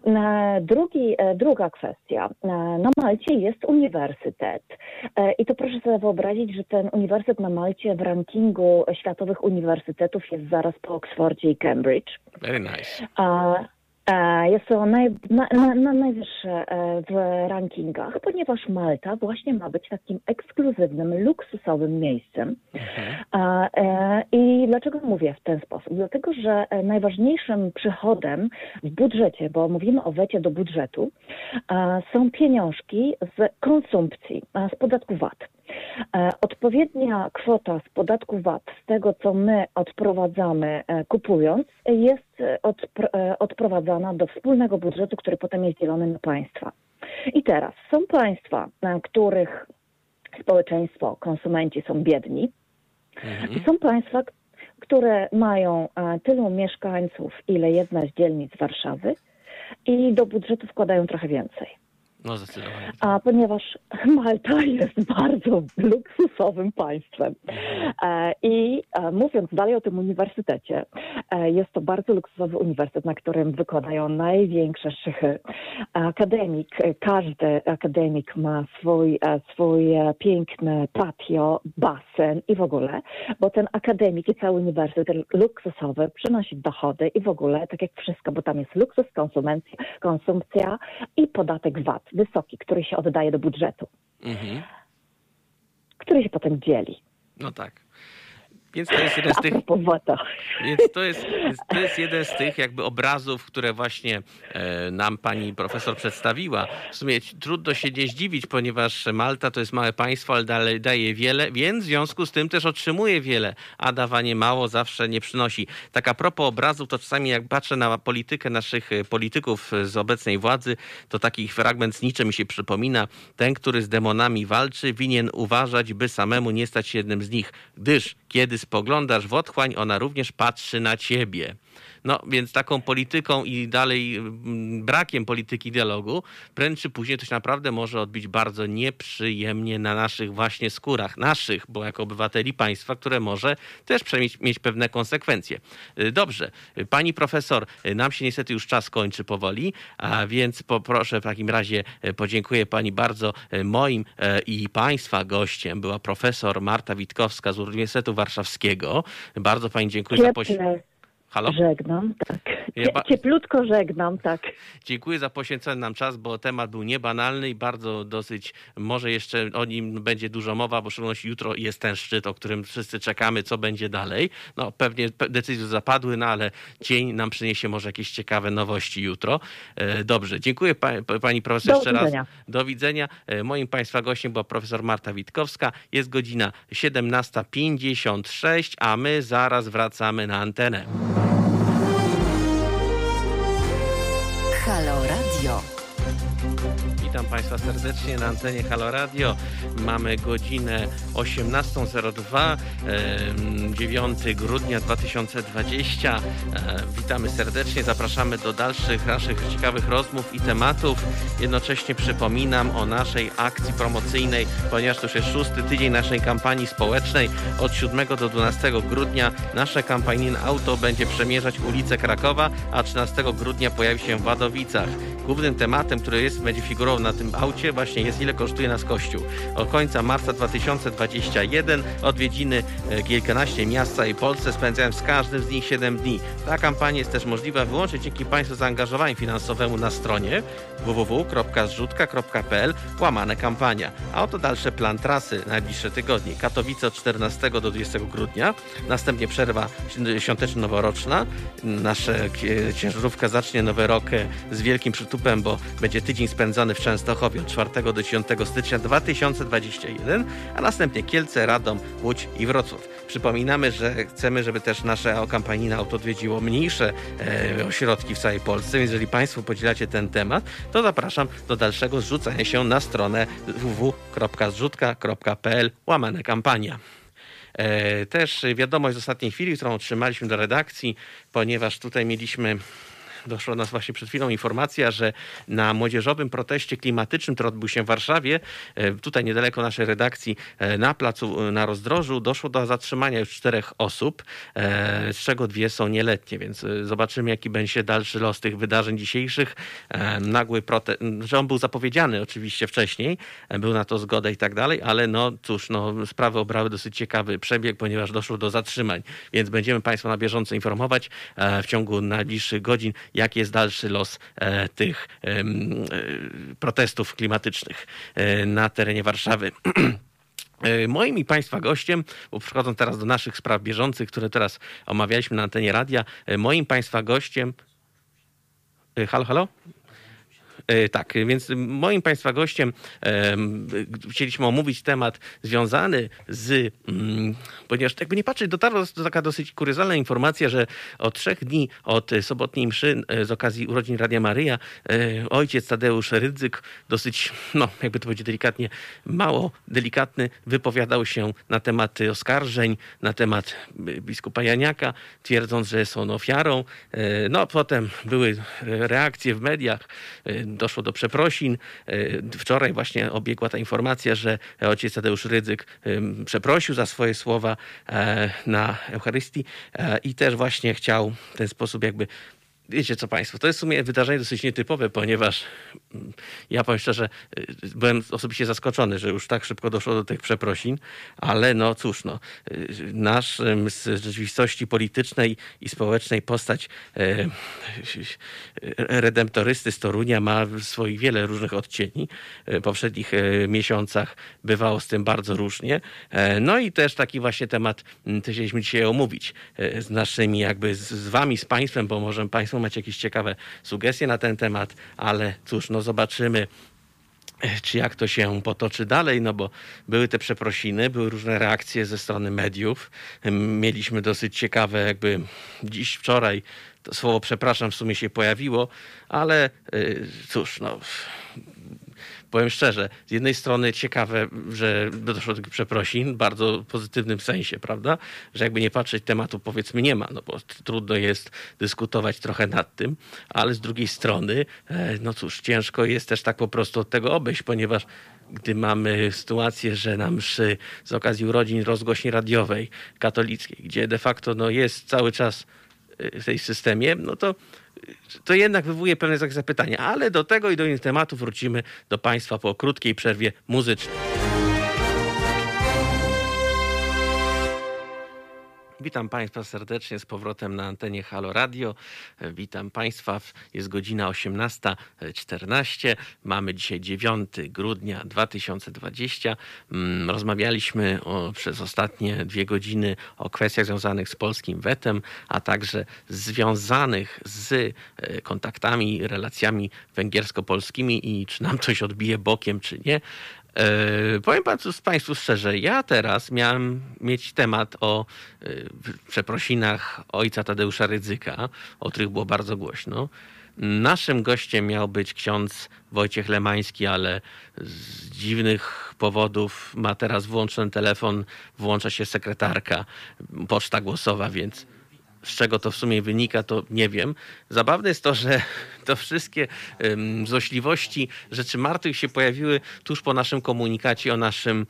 Speaker 3: Druga kwestia. Na Malcie jest uniwersytet. I to proszę sobie wyobrazić, że ten uniwersytet na Malcie w rankingu światowych uniwersytetów jest zaraz po Oksfordzie i Cambridge.
Speaker 2: Very nice.
Speaker 3: Jest to najwyższe w rankingach, ponieważ Malta właśnie ma być takim ekskluzywnym, luksusowym miejscem. I dlaczego mówię w ten sposób? Dlatego, że najważniejszym przychodem w budżecie, bo mówimy o wecie do budżetu, są pieniążki z konsumpcji, z podatku VAT. Odpowiednia kwota z podatku VAT, z tego co my odprowadzamy kupując, jest odprowadzana do wspólnego budżetu, który potem jest dzielony na państwa. I teraz są państwa, których społeczeństwo, konsumenci są biedni, i są państwa, które mają tylu mieszkańców, ile jedna z dzielnic Warszawy i do budżetu wkładają trochę więcej.
Speaker 2: No zdecydowanie.
Speaker 3: A ponieważ Malta jest bardzo luksusowym państwem i mówiąc dalej o tym uniwersytecie, jest to bardzo luksusowy uniwersytet, na którym wykładają największe szychy. Każdy akademik ma swój piękny patio, basen i w ogóle, bo ten akademik i cały uniwersytet luksusowy przynosi dochody i w ogóle, tak jak wszystko, bo tam jest luksus, konsumpcja i podatek VAT. Wysoki, który się oddaje do budżetu, który się potem dzieli.
Speaker 2: No tak. Więc to jest jeden z tych. Więc to jest jeden z tych jakby obrazów, które właśnie nam pani profesor przedstawiła. W sumie trudno się nie zdziwić, ponieważ Malta to jest małe państwo, ale dalej daje wiele, więc w związku z tym też otrzymuje wiele, a dawanie mało zawsze nie przynosi. Tak a propos obrazów, to czasami jak patrzę na politykę naszych polityków z obecnej władzy, to taki fragment z Nietzsche mi się przypomina. Ten, który z demonami walczy, winien uważać, by samemu nie stać się jednym z nich, gdyż kiedy spoglądasz w otchłań, ona również patrzy na ciebie. No więc taką polityką i dalej brakiem polityki dialogu prędzej czy później to się naprawdę może odbić bardzo nieprzyjemnie na naszych właśnie skórach. Naszych, bo jako obywateli państwa, które może też mieć pewne konsekwencje. Dobrze, pani profesor, nam się niestety już czas kończy powoli, a więc poproszę w takim razie, podziękuję pani bardzo. Moim i państwa gościem była profesor Marta Witkowska z Uniwersytetu Warszawskiego. Bardzo pani dziękuję za poświęcenie. Halo?
Speaker 3: Żegnam, tak. Cieplutko żegnam, tak.
Speaker 2: Dziękuję za poświęcony nam czas, bo temat był niebanalny i bardzo dosyć, może jeszcze o nim będzie dużo mowa, bo w szczególności jutro jest ten szczyt, o którym wszyscy czekamy, co będzie dalej. No pewnie decyzje zapadły, no ale dzień nam przyniesie może jakieś ciekawe nowości jutro. Dobrze, dziękuję pani profesor jeszcze raz. Do widzenia. Moim państwa gościem była profesor Marta Witkowska. Jest godzina 17:56, a my zaraz wracamy na antenę.
Speaker 4: Halo Radio.
Speaker 2: Witam państwa serdecznie na antenie Halo Radio. Mamy godzinę 18:02, 9 grudnia 2020. Witamy serdecznie, zapraszamy do dalszych naszych ciekawych rozmów i tematów. Jednocześnie przypominam o naszej akcji promocyjnej, ponieważ to już jest 6. tydzień naszej kampanii społecznej. Od 7 do 12 grudnia nasze kampanijne auto będzie przemierzać ulicę Krakowa, a 13 grudnia pojawi się w Wadowicach. Głównym tematem, który będzie figurował na tym aucie, właśnie jest, ile kosztuje nas Kościół. Od końca marca 2021 odwiedziny kilkanaście miast w całej Polsce, spędzając z każdym z nich 7 dni. Ta kampania jest też możliwa wyłącznie dzięki państwa zaangażowaniu finansowemu na stronie www.zrzutka.pl/kampania. A oto dalszy plan trasy na najbliższe tygodnie. Katowice od 14 do 20 grudnia, następnie przerwa świąteczno-noworoczna. Nasza ciężarówka zacznie nowy rok z wielkim przytupem, bo będzie tydzień spędzony w Częstochowie od 4 do 10 stycznia 2021, a następnie Kielce, Radom, Łódź i Wrocław. Przypominamy, że chcemy, żeby też nasze kampanijne auto odwiedziło mniejsze ośrodki w całej Polsce, więc jeżeli państwo podzielacie ten temat, to zapraszam do dalszego zrzucania się na stronę www.zrzutka.pl/kampania. Też wiadomość z ostatniej chwili, którą otrzymaliśmy do redakcji, ponieważ tutaj doszła do nas właśnie przed chwilą informacja, że na młodzieżowym proteście klimatycznym, który odbył się w Warszawie, tutaj niedaleko naszej redakcji, na placu na Rozdrożu, doszło do zatrzymania już 4 osób, z czego 2 są nieletnie, więc zobaczymy, jaki będzie dalszy los tych wydarzeń dzisiejszych. Nagły protest, że on był zapowiedziany oczywiście wcześniej, był na to zgoda i tak dalej, ale no cóż, sprawy obrały dosyć ciekawy przebieg, ponieważ doszło do zatrzymań, więc będziemy państwa na bieżąco informować w ciągu najbliższych godzin, jaki jest dalszy los tych protestów klimatycznych na terenie Warszawy. Moim i Państwa gościem, bo przechodzą teraz do naszych spraw bieżących, które teraz omawialiśmy na antenie radia, moim Państwa gościem... Halo, halo? Tak, więc moim Państwa gościem chcieliśmy omówić temat związany z, ponieważ jakby nie patrzeć, dotarła do taka dosyć kuriozalna informacja, że od 3 dni od sobotniej mszy z okazji urodzin Radia Maryja ojciec Tadeusz Rydzyk dosyć, no jakby to powiedzieć delikatnie, mało delikatny, wypowiadał się na temat oskarżeń, na temat biskupa Janiaka, twierdząc, że jest on ofiarą. No potem były reakcje w mediach, doszło do przeprosin. Wczoraj właśnie obiegła ta informacja, że ojciec Tadeusz Rydzyk przeprosił za swoje słowa na Eucharystii i też właśnie chciał w ten sposób jakby... Wiecie co Państwo, to jest w sumie wydarzenie dosyć nietypowe, ponieważ ja powiem szczerze, byłem osobiście zaskoczony, że już tak szybko doszło do tych przeprosin, ale no cóż, no, nasz z rzeczywistości politycznej i społecznej postać redemptorysty z Torunia ma swoich wiele różnych odcieni. W poprzednich miesiącach bywało z tym bardzo różnie. No i też taki właśnie temat chcieliśmy dzisiaj omówić z naszymi jakby z wami, z Państwem, bo może Państwo macie jakieś ciekawe sugestie na ten temat, ale cóż, no zobaczymy, czy jak to się potoczy dalej, no bo były te przeprosiny, były różne reakcje ze strony mediów. Mieliśmy dosyć ciekawe, jakby dziś, wczoraj to słowo przepraszam w sumie się pojawiło, ale cóż, no... Powiem szczerze, z jednej strony ciekawe, że doszło do tych przeprosin, w bardzo pozytywnym sensie, prawda? Że jakby nie patrzeć, tematu powiedzmy nie ma, no bo trudno jest dyskutować trochę nad tym, ale z drugiej strony, no cóż, ciężko jest też tak po prostu od tego obejść, ponieważ gdy mamy sytuację, że na mszy z okazji urodzin rozgłośni radiowej katolickiej, gdzie de facto no, jest cały czas w tej systemie, no to jednak wywołuje pewne takie zapytania. Ale do tego i do innych tematów wrócimy do Państwa po krótkiej przerwie muzycznej. Witam Państwa serdecznie z powrotem na antenie Halo Radio. Witam Państwa. Jest godzina 18:14. Mamy dzisiaj 9 grudnia 2020. Rozmawialiśmy przez ostatnie 2 godziny o kwestiach związanych z polskim wetem, a także związanych z kontaktami, relacjami węgiersko-polskimi i czy nam coś odbije bokiem, czy nie. Powiem Państwu szczerze, ja teraz miałem mieć temat o przeprosinach ojca Tadeusza Rydzyka, o których było bardzo głośno. Naszym gościem miał być ksiądz Wojciech Lemański, ale z dziwnych powodów ma teraz włączony telefon, włącza się sekretarka, poczta głosowa, więc z czego to w sumie wynika, to nie wiem. Zabawne jest to, że to wszystkie złośliwości, rzeczy martwych się pojawiły tuż po naszym komunikacie o naszym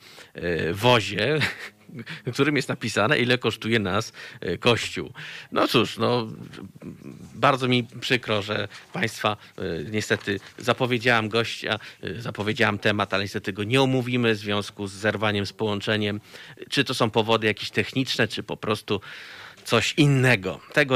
Speaker 2: wozie, w którym jest napisane, ile kosztuje nas Kościół. No cóż, no bardzo mi przykro, że Państwa niestety zapowiedziałam gościa, zapowiedziałam temat, ale niestety go nie omówimy w związku z zerwaniem z połączeniem. Czy to są powody jakieś techniczne, czy po prostu coś innego. Tego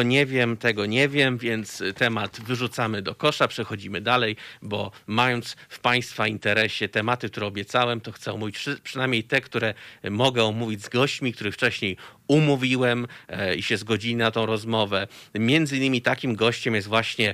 Speaker 2: nie wiem, więc temat wyrzucamy do kosza, przechodzimy dalej, bo mając w Państwa interesie tematy, które obiecałem, to chcę omówić przynajmniej te, które mogę omówić z gośćmi, których wcześniej umówiłem i się zgodzili na tą rozmowę. Między innymi takim gościem jest właśnie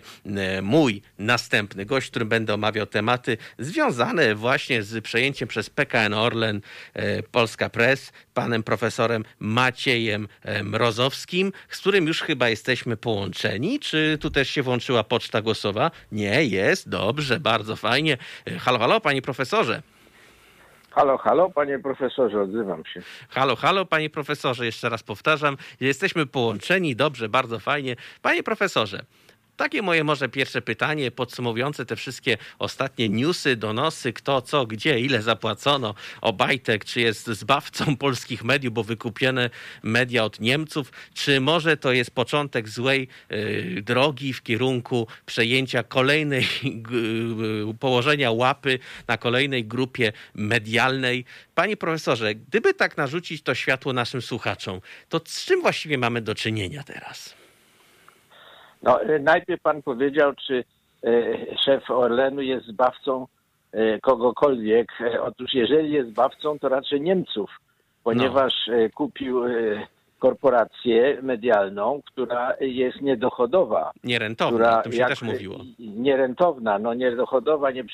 Speaker 2: mój następny gość, którym będę omawiał tematy związane właśnie z przejęciem przez PKN Orlen Polska Press, panem profesorem Maciejem Mrozowskim, z którym już chyba jesteśmy połączeni. Czy tu też się włączyła poczta głosowa? Nie, jest. Dobrze, bardzo fajnie. Halo, halo, panie profesorze.
Speaker 4: Halo, halo, panie profesorze, odzywam się.
Speaker 2: Halo, halo, panie profesorze, jeszcze raz powtarzam, jesteśmy połączeni, dobrze, bardzo fajnie. Panie profesorze, takie moje może pierwsze pytanie podsumowujące te wszystkie ostatnie newsy, donosy, kto, co, gdzie, ile zapłacono. Obajtek, czy jest zbawcą polskich mediów, bo wykupione media od Niemców, czy może to jest początek złej drogi w kierunku przejęcia kolejnej, położenia łapy na kolejnej grupie medialnej. Panie profesorze, gdyby tak narzucić to światło naszym słuchaczom, to z czym właściwie mamy do czynienia teraz?
Speaker 4: No, najpierw pan powiedział, czy szef Orlenu jest zbawcą kogokolwiek. Otóż jeżeli jest zbawcą, to raczej Niemców, ponieważ kupił korporację medialną, która jest niedochodowa.
Speaker 2: Nierentowna, o tym się też mówiło.
Speaker 4: Nierentowna, niedochodowa, nie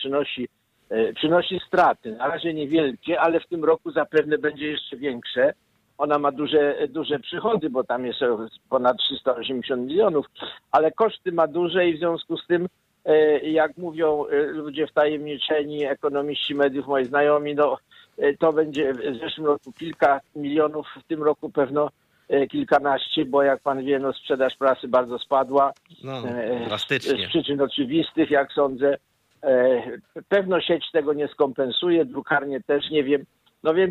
Speaker 4: przynosi straty. Na razie niewielkie, ale w tym roku zapewne będzie jeszcze większe. Ona ma duże przychody, bo tam jest ponad 380 milionów, ale koszty ma duże i w związku z tym, jak mówią ludzie wtajemniczeni, ekonomiści mediów, moi znajomi, to będzie w zeszłym roku kilka milionów, w tym roku pewno kilkanaście, bo jak pan wie, sprzedaż prasy bardzo spadła.
Speaker 2: Drastycznie.
Speaker 4: Z przyczyn oczywistych, jak sądzę. Pewno sieć tego nie skompensuje, drukarnie też, nie wiem. No więc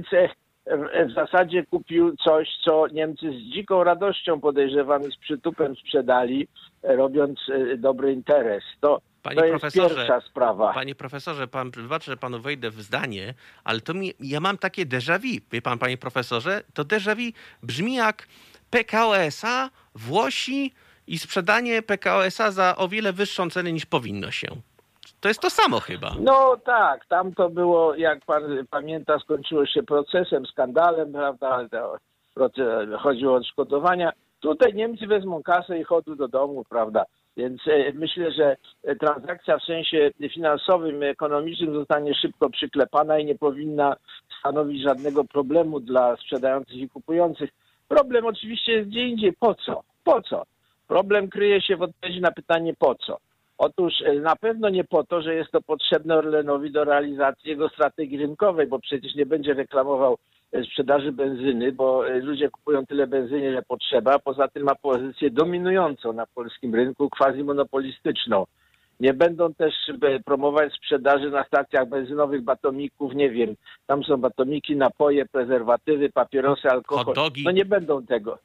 Speaker 4: w zasadzie kupił coś, co Niemcy z dziką radością, podejrzewam, z przytupem sprzedali, robiąc dobry interes. To jest pierwsza sprawa.
Speaker 2: Panie profesorze, pan wybaczy, że panu wejdę w zdanie, ale ja mam takie déjà vu. Wie pan, panie profesorze, to déjà vu brzmi jak PKO SA, Włosi i sprzedanie PKO SA za o wiele wyższą cenę niż powinno się. To jest to samo chyba.
Speaker 4: No tak, tam to było, jak pan pamięta, skończyło się procesem, skandalem, prawda, chodziło o odszkodowania. Tutaj Niemcy wezmą kasę i chodzą do domu, prawda. Więc myślę, że transakcja w sensie finansowym, ekonomicznym zostanie szybko przyklepana i nie powinna stanowić żadnego problemu dla sprzedających i kupujących. Problem oczywiście jest gdzie indziej. Po co? Po co? Problem kryje się w odpowiedzi na pytanie po co. Otóż na pewno nie po to, że jest to potrzebne Orlenowi do realizacji jego strategii rynkowej, bo przecież nie będzie reklamował sprzedaży benzyny, bo ludzie kupują tyle benzyny, ile potrzeba. Poza tym ma pozycję dominującą na polskim rynku, quasi-monopolistyczną. Nie będą też promować sprzedaży na stacjach benzynowych batomików, nie wiem, tam są batomiki, napoje, prezerwatywy, papierosy, alkohol.
Speaker 2: Hot dogi.
Speaker 4: No nie będą tego.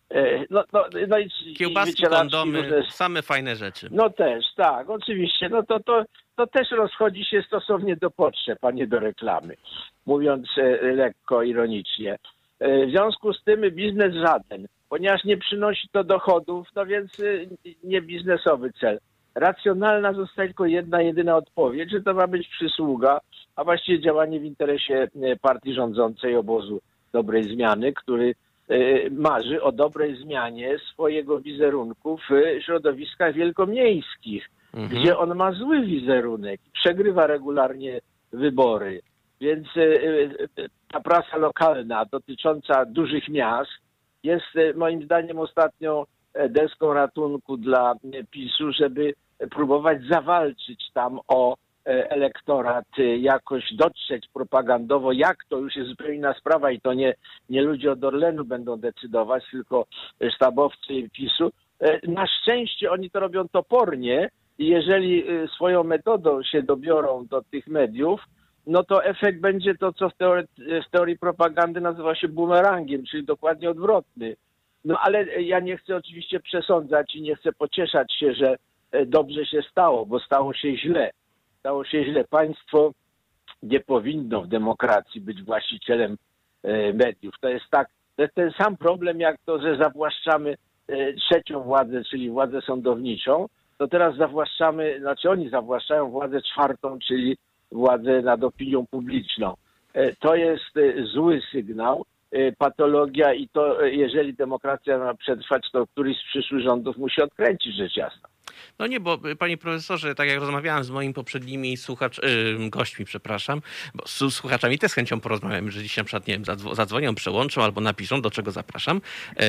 Speaker 2: Kiełbaski, kondomy, same fajne rzeczy.
Speaker 4: No też, tak, oczywiście. No to też rozchodzi się stosownie do potrzeb, a nie do reklamy, mówiąc lekko ironicznie. W związku z tym biznes żaden, ponieważ nie przynosi to dochodów, no więc nie biznesowy cel. Racjonalna zostaje tylko jedna, jedyna odpowiedź, że to ma być przysługa, a właściwie działanie w interesie partii rządzącej, obozu dobrej zmiany, który marzy o dobrej zmianie swojego wizerunku w środowiskach wielkomiejskich, gdzie on ma zły wizerunek, przegrywa regularnie wybory. Więc ta prasa lokalna dotycząca dużych miast jest moim zdaniem ostatnią deską ratunku dla PiS-u, żeby próbować zawalczyć tam o elektorat, jakoś dotrzeć propagandowo, jak to już jest zupełnie inna sprawa i to nie ludzie od Orlenu będą decydować, tylko sztabowcy PiS-u. Na szczęście oni to robią topornie i jeżeli swoją metodą się dobiorą do tych mediów, no to efekt będzie to, co w teorii propagandy nazywa się bumerangiem, czyli dokładnie odwrotny. No ale ja nie chcę oczywiście przesądzać i nie chcę pocieszać się, że dobrze się stało, bo stało się źle. Stało się źle. Państwo nie powinno w demokracji być właścicielem mediów. To jest ten sam problem jak to, że zawłaszczamy trzecią władzę, czyli władzę sądowniczą. To teraz oni zawłaszczają władzę czwartą, czyli władzę nad opinią publiczną. To jest zły sygnał, patologia i to, jeżeli demokracja ma przetrwać, to któryś z przyszłych rządów musi odkręcić rzecz jasna.
Speaker 2: No nie, bo panie profesorze, tak jak rozmawiałem z moimi poprzednimi gośćmi, bo z słuchaczami też z chęcią porozmawiam, że dziś na przykład, nie wiem, zadzwonią, przełączą albo napiszą, do czego zapraszam,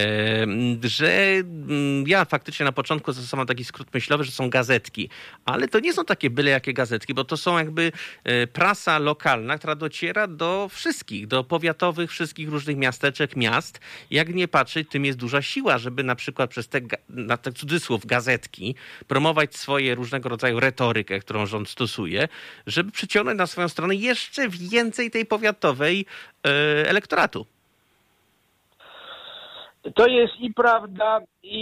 Speaker 2: że ja faktycznie na początku zastosowałem taki skrót myślowy, że są gazetki, ale to nie są takie byle jakie gazetki, bo to są jakby prasa lokalna, która dociera do wszystkich, do powiatowych, wszystkich różnych miasteczek, miast. Jak nie patrzeć, tym jest duża siła, żeby na przykład przez na te cudzysłów gazetki promować swoje różnego rodzaju retorykę, którą rząd stosuje, żeby przyciągnąć na swoją stronę jeszcze więcej tej powiatowej elektoratu.
Speaker 4: To jest i prawda,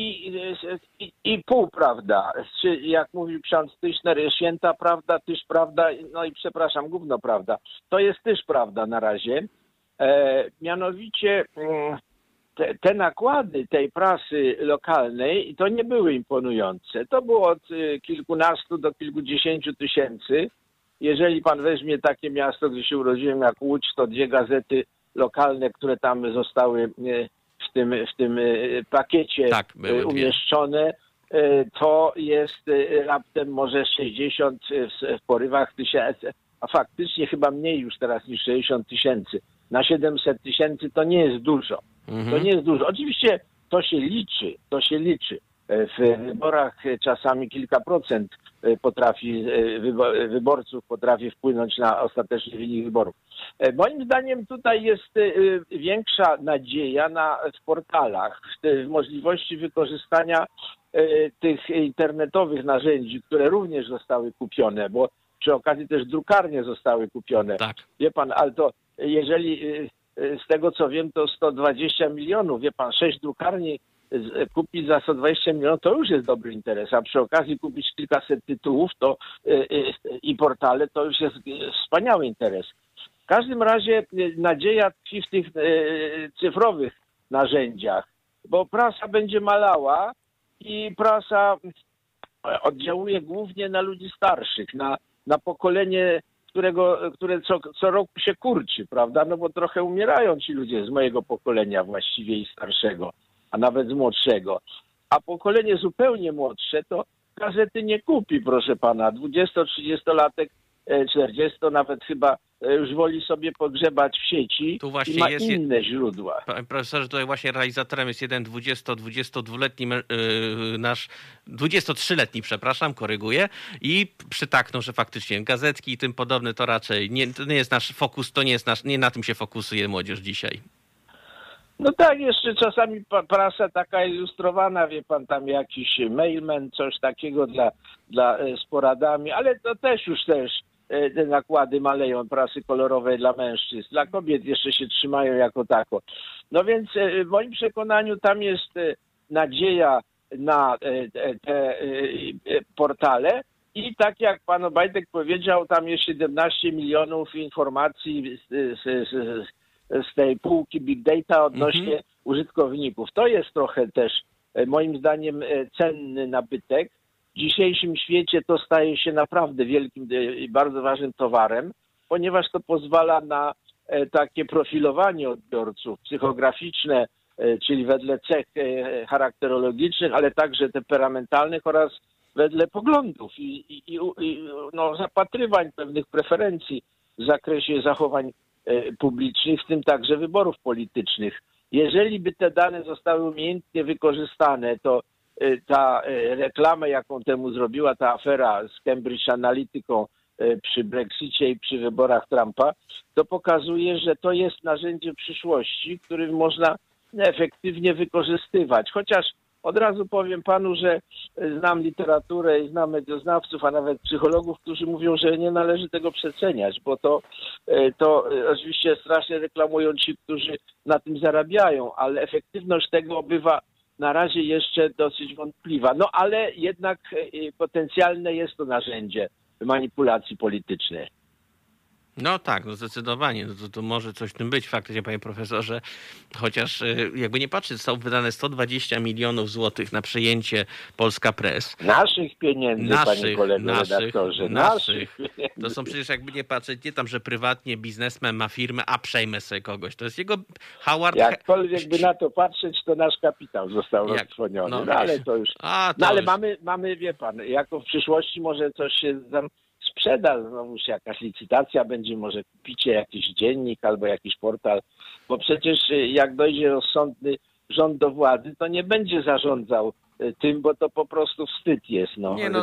Speaker 4: i półprawda. Czy jak mówił ksiądz Tyszner, święta prawda, tyż prawda, no i przepraszam, gówno prawda. To jest też prawda na razie. Mianowicie te nakłady tej prasy lokalnej to nie były imponujące. To było od kilkunastu do kilkudziesięciu tysięcy. Jeżeli pan weźmie takie miasto, gdzie się urodziłem jak Łódź, to 2 gazety lokalne, które tam zostały w tym pakiecie umieszczone, to jest raptem może 60 w porywach tysięcy, a faktycznie chyba mniej już teraz niż 60 tysięcy. Na 700 tysięcy to nie jest dużo. To nie jest dużo. Oczywiście to się liczy. W wyborach czasami kilka procent wyborców potrafi wpłynąć na ostateczny wynik wyborów. Moim zdaniem tutaj jest większa nadzieja w portalach, w możliwości wykorzystania tych internetowych narzędzi, które również zostały kupione, bo przy okazji też drukarnie zostały kupione.
Speaker 2: Tak.
Speaker 4: Wie pan, ale to jeżeli z tego co wiem, to 120 milionów, wie pan, 6 drukarni kupić za 120 milionów, to już jest dobry interes, a przy okazji kupić kilkaset tytułów i portale, to już jest wspaniały interes. W każdym razie nadzieja tkwi w tych cyfrowych narzędziach, bo prasa będzie malała i prasa oddziałuje głównie na ludzi starszych, na pokolenie, które co roku się kurczy, prawda? No bo trochę umierają ci ludzie z mojego pokolenia właściwie i starszego, a nawet z młodszego. A pokolenie zupełnie młodsze to gazety nie kupi, proszę pana. 20-30-latek, 40 nawet chyba już woli sobie pogrzebać w sieci i ma inne źródła.
Speaker 2: Panie profesorze, tutaj właśnie realizatorem jest jeden 22-letni nasz 23-letni, przepraszam, koryguję, i przytaknął, że faktycznie gazetki i tym podobne to raczej to nie jest nasz fokus, nie na tym się fokusuje młodzież dzisiaj.
Speaker 4: No tak, jeszcze czasami prasa taka ilustrowana, wie pan, tam jakiś mailman, coś takiego z poradami, ale to też te nakłady maleją, prasy kolorowej dla mężczyzn. Dla kobiet jeszcze się trzymają jako tako. No więc w moim przekonaniu tam jest nadzieja na te portale i tak jak pan Obajtek powiedział, tam jest 17 milionów informacji z tej półki Big Data odnośnie użytkowników. To jest trochę też moim zdaniem cenny nabytek. W dzisiejszym świecie to staje się naprawdę wielkim i bardzo ważnym towarem, ponieważ to pozwala na takie profilowanie odbiorców psychograficzne, czyli wedle cech charakterologicznych, ale także temperamentalnych oraz wedle poglądów i zapatrywań pewnych preferencji w zakresie zachowań publicznych, w tym także wyborów politycznych. Jeżeli by te dane zostały umiejętnie wykorzystane, to ta reklama, jaką temu zrobiła ta afera z Cambridge Analyticą przy Brexicie i przy wyborach Trumpa, to pokazuje, że to jest narzędzie przyszłości, którym można efektywnie wykorzystywać. Chociaż od razu powiem panu, że znam literaturę i znam medioznawców, a nawet psychologów, którzy mówią, że nie należy tego przeceniać, bo to oczywiście strasznie reklamują ci, którzy na tym zarabiają, ale efektywność tego bywa na razie jeszcze dosyć wątpliwa. No ale jednak potencjalne jest to narzędzie manipulacji politycznej.
Speaker 2: No tak, no zdecydowanie. No to może coś w tym być faktycznie, panie profesorze. Chociaż jakby nie patrzeć, zostało wydane 120 milionów złotych na przejęcie Polska Press.
Speaker 4: Naszych pieniędzy, panie kolego redaktorze.
Speaker 2: Naszych. To są przecież jakby nie patrzeć, nie tam, że prywatnie biznesmen ma firmę, a przejmę sobie kogoś. To jest jego Howard...
Speaker 4: Jakkolwiek by na to patrzeć, to nasz kapitał został roztrwoniony. No ale to już... ale mamy, wie pan, jako w przyszłości może coś się tam sprzeda, znowuż jakaś licytacja będzie, może kupicie jakiś dziennik albo jakiś portal, bo przecież jak dojdzie rozsądny rząd do władzy, to nie będzie zarządzał tym, bo to po prostu wstyd jest.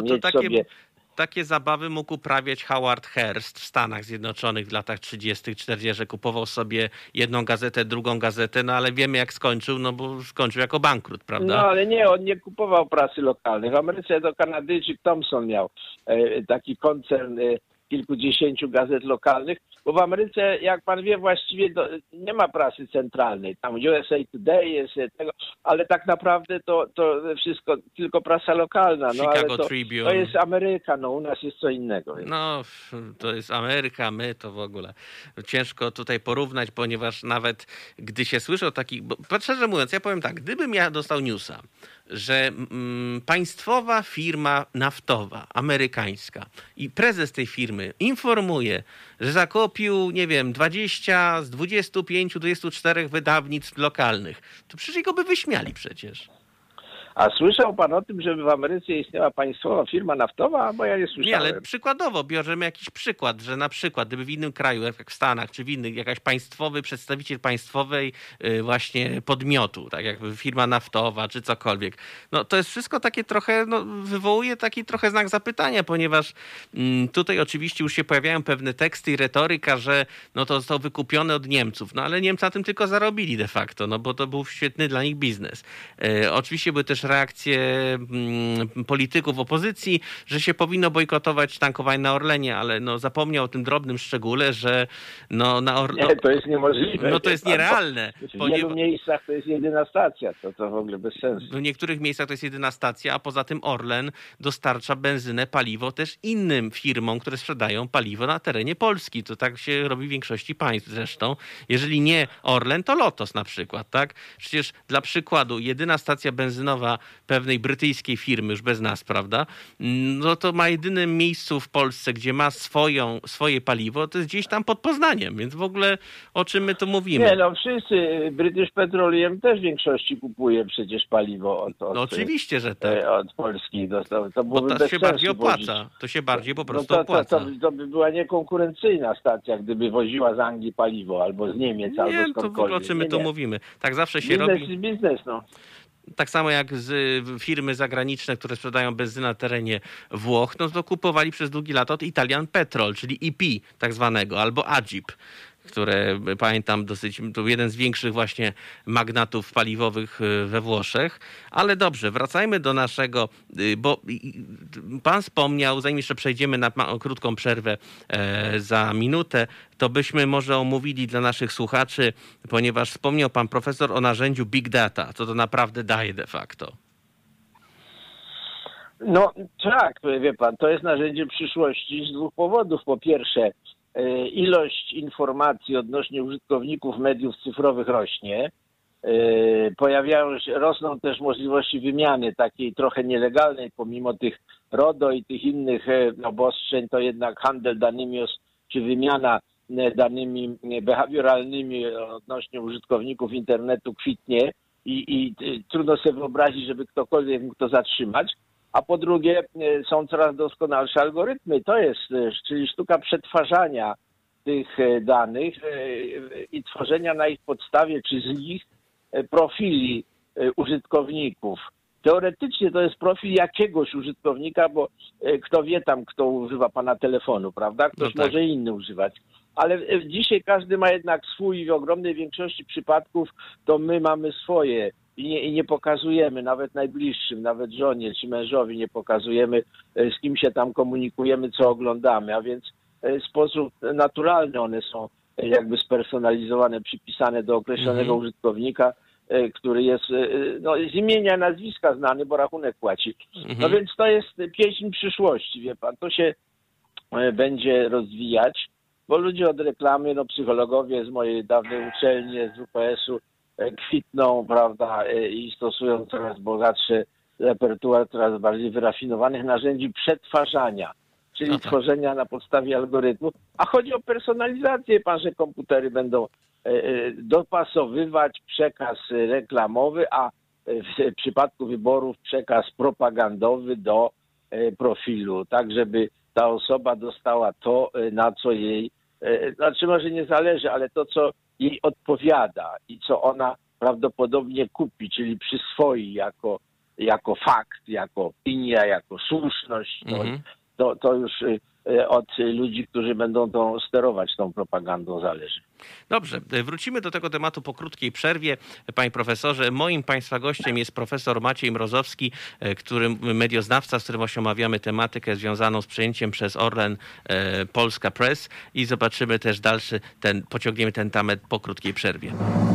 Speaker 2: Takie zabawy mógł uprawiać Howard Hearst w Stanach Zjednoczonych w latach 30., 40., że kupował sobie jedną gazetę, drugą gazetę, no ale wiemy jak skończył, no bo skończył jako bankrut, prawda?
Speaker 4: No ale nie, on nie kupował prasy lokalnej. W Ameryce to Kanadyjczyk Thomson miał taki koncern kilkudziesięciu gazet lokalnych, bo w Ameryce, jak pan wie, właściwie nie ma prasy centralnej. Tam USA Today jest tego, ale tak naprawdę to wszystko tylko prasa lokalna. No,
Speaker 2: Chicago
Speaker 4: ale
Speaker 2: Tribune.
Speaker 4: to jest Ameryka, no u nas jest co innego.
Speaker 2: No, to jest Ameryka, my to w ogóle ciężko tutaj porównać, ponieważ nawet gdy się słyszy o takich, bo szczerze mówiąc, ja powiem tak, gdybym ja dostał newsa, że państwowa firma naftowa, amerykańska i prezes tej firmy informuje, że zakupił, nie wiem, 20 z 25, 24 wydawnictw lokalnych, to przecież go by wyśmiali przecież.
Speaker 4: A słyszał pan o tym, żeby w Ameryce istniała państwowa firma naftowa? Bo ja nie słyszałem.
Speaker 2: Nie, ale przykładowo bierzemy jakiś przykład, że na przykład gdyby w innym kraju, jak w Stanach czy w innych, jakaś przedstawiciel państwowej właśnie podmiotu, tak jakby firma naftowa czy cokolwiek, no to jest wszystko takie trochę, no, wywołuje taki trochę znak zapytania, ponieważ tutaj oczywiście już się pojawiają pewne teksty i retoryka, że no to zostało wykupione od Niemców, no ale Niemcy na tym tylko zarobili de facto, no bo to był świetny dla nich biznes. Oczywiście były też reakcje polityków opozycji, że się powinno bojkotować tankowanie na Orlenie, ale no zapomniał o tym drobnym szczególe, że no na Orlenie...
Speaker 4: Nie, to jest niemożliwe.
Speaker 2: No to jest nierealne.
Speaker 4: W wielu miejscach to jest jedyna stacja, to w ogóle bez sensu.
Speaker 2: W niektórych miejscach to jest jedyna stacja, a poza tym Orlen dostarcza benzynę, paliwo też innym firmom, które sprzedają paliwo na terenie Polski. To tak się robi w większości państw zresztą. Jeżeli nie Orlen, to Lotos na przykład, tak? Przecież dla przykładu jedyna stacja benzynowa pewnej brytyjskiej firmy, już bez nas, prawda? No to ma jedynym miejscu w Polsce, gdzie ma swoje paliwo, to jest gdzieś tam pod Poznaniem, więc w ogóle o czym my tu mówimy?
Speaker 4: Nie, no wszyscy, British Petroleum też w większości kupuje przecież paliwo od
Speaker 2: no oczywiście, że tak.
Speaker 4: Od Polski. To
Speaker 2: bo to się bardziej opłaca. To się bardziej po prostu opłaca.
Speaker 4: To by była niekonkurencyjna stacja, gdyby woziła z Anglii paliwo, albo z Niemiec, albo skądkolwiek.
Speaker 2: To w ogóle o czym my tu mówimy. Tak zawsze się
Speaker 4: biznes
Speaker 2: robi.
Speaker 4: Biznes, no.
Speaker 2: Tak samo jak firmy zagraniczne, które sprzedają benzynę na terenie Włoch, no to kupowali przez długie lata od Italian Petrol, czyli EP tak zwanego, albo Agip, które pamiętam dosyć, to jeden z większych właśnie magnatów paliwowych we Włoszech. Ale dobrze, wracajmy do naszego, bo pan wspomniał, zanim jeszcze przejdziemy na krótką przerwę za minutę, to byśmy może omówili dla naszych słuchaczy, ponieważ wspomniał pan profesor o narzędziu Big Data, co to naprawdę daje de facto.
Speaker 4: No tak, wie pan, to jest narzędzie przyszłości z dwóch powodów. Po pierwsze, ilość informacji odnośnie użytkowników mediów cyfrowych rośnie. Rosną też możliwości wymiany takiej trochę nielegalnej, pomimo tych RODO i tych innych obostrzeń, to jednak handel danymi czy wymiana danymi behawioralnymi odnośnie użytkowników internetu kwitnie i trudno sobie wyobrazić, żeby ktokolwiek mógł to zatrzymać. A po drugie, są coraz doskonalsze algorytmy. To jest, czyli sztuka przetwarzania tych danych i tworzenia na ich podstawie, czy z nich profili użytkowników. Teoretycznie to jest profil jakiegoś użytkownika, bo kto wie tam, kto używa pana telefonu, prawda? Ktoś
Speaker 2: no tak.
Speaker 4: może inny używać. Ale dzisiaj każdy ma jednak swój i w ogromnej większości przypadków to my mamy swoje. I nie pokazujemy nawet najbliższym, nawet żonie czy mężowi nie pokazujemy, z kim się tam komunikujemy, co oglądamy, a więc w sposób naturalny one są jakby spersonalizowane, przypisane do określonego użytkownika, który jest z imienia, nazwiska znany, bo rachunek płaci. No więc to jest pieśń przyszłości, wie pan, to się będzie rozwijać, bo ludzie od reklamy, psychologowie z mojej dawnej uczelni, z WPS-u, kwitną, prawda, i stosują coraz bogatszy repertuar, coraz bardziej wyrafinowanych narzędzi przetwarzania, czyli tworzenia na podstawie algorytmu. A chodzi o personalizację, że komputery będą dopasowywać przekaz reklamowy, a w przypadku wyborów przekaz propagandowy do profilu, tak żeby ta osoba dostała to, na co jej, może nie zależy, ale to, co jej odpowiada i co ona prawdopodobnie kupi, czyli przyswoi jako fakt, jako opinia, jako słuszność. To już od ludzi, którzy będą sterować tą propagandą, zależy.
Speaker 2: Dobrze, wrócimy do tego tematu po krótkiej przerwie. Panie profesorze, moim państwa gościem jest profesor Maciej Mrozowski, medioznawca, z którym omawiamy tematykę związaną z przejęciem przez Orlen Polska Press i zobaczymy też pociągniemy ten temat po krótkiej przerwie.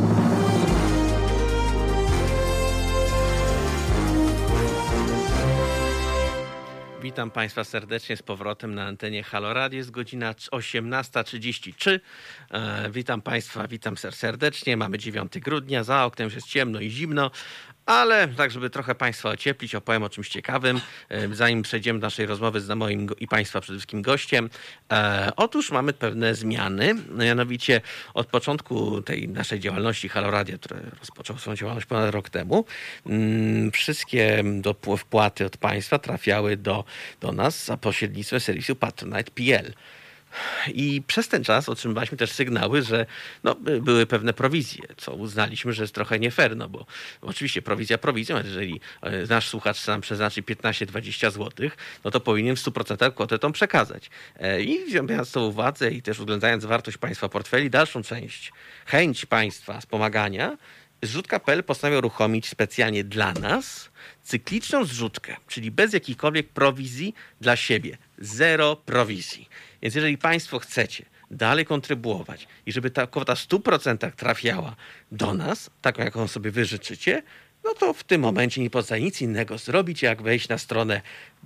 Speaker 2: Witam Państwa serdecznie z powrotem na antenie Halo Radio. Jest godzina 18:33. Witam Państwa, witam serdecznie. Mamy 9 grudnia, za oknem już jest ciemno i zimno, ale tak, żeby trochę Państwa ocieplić, opowiem o czymś ciekawym, zanim przejdziemy do naszej rozmowy z moim i Państwa przede wszystkim gościem. Otóż mamy pewne zmiany, mianowicie od początku tej naszej działalności Halo Radio, które rozpoczął swoją działalność ponad rok temu, wszystkie wpłaty od Państwa trafiały do nas za pośrednictwem serwisu Patronite.pl. I przez ten czas otrzymywaliśmy też sygnały, że były pewne prowizje, co uznaliśmy, że jest trochę nie fair, bo oczywiście prowizja prowizją, ale jeżeli nasz słuchacz nam przeznaczy 15-20 zł, to powinien w 100% kwotę tą przekazać. I wziąwszy to uwadze i też uwzględniając wartość Państwa portfeli, dalszą chęć Państwa wspomagania, Zrzutka.pl postanowił uruchomić specjalnie dla nas cykliczną zrzutkę, czyli bez jakichkolwiek prowizji dla siebie. 0 prowizji. Więc jeżeli Państwo chcecie dalej kontrybuować i żeby ta kwota w 100% trafiała do nas, taką jaką sobie wy życzycie, to w tym momencie nie pozostaje nic innego zrobić, jak wejść na stronę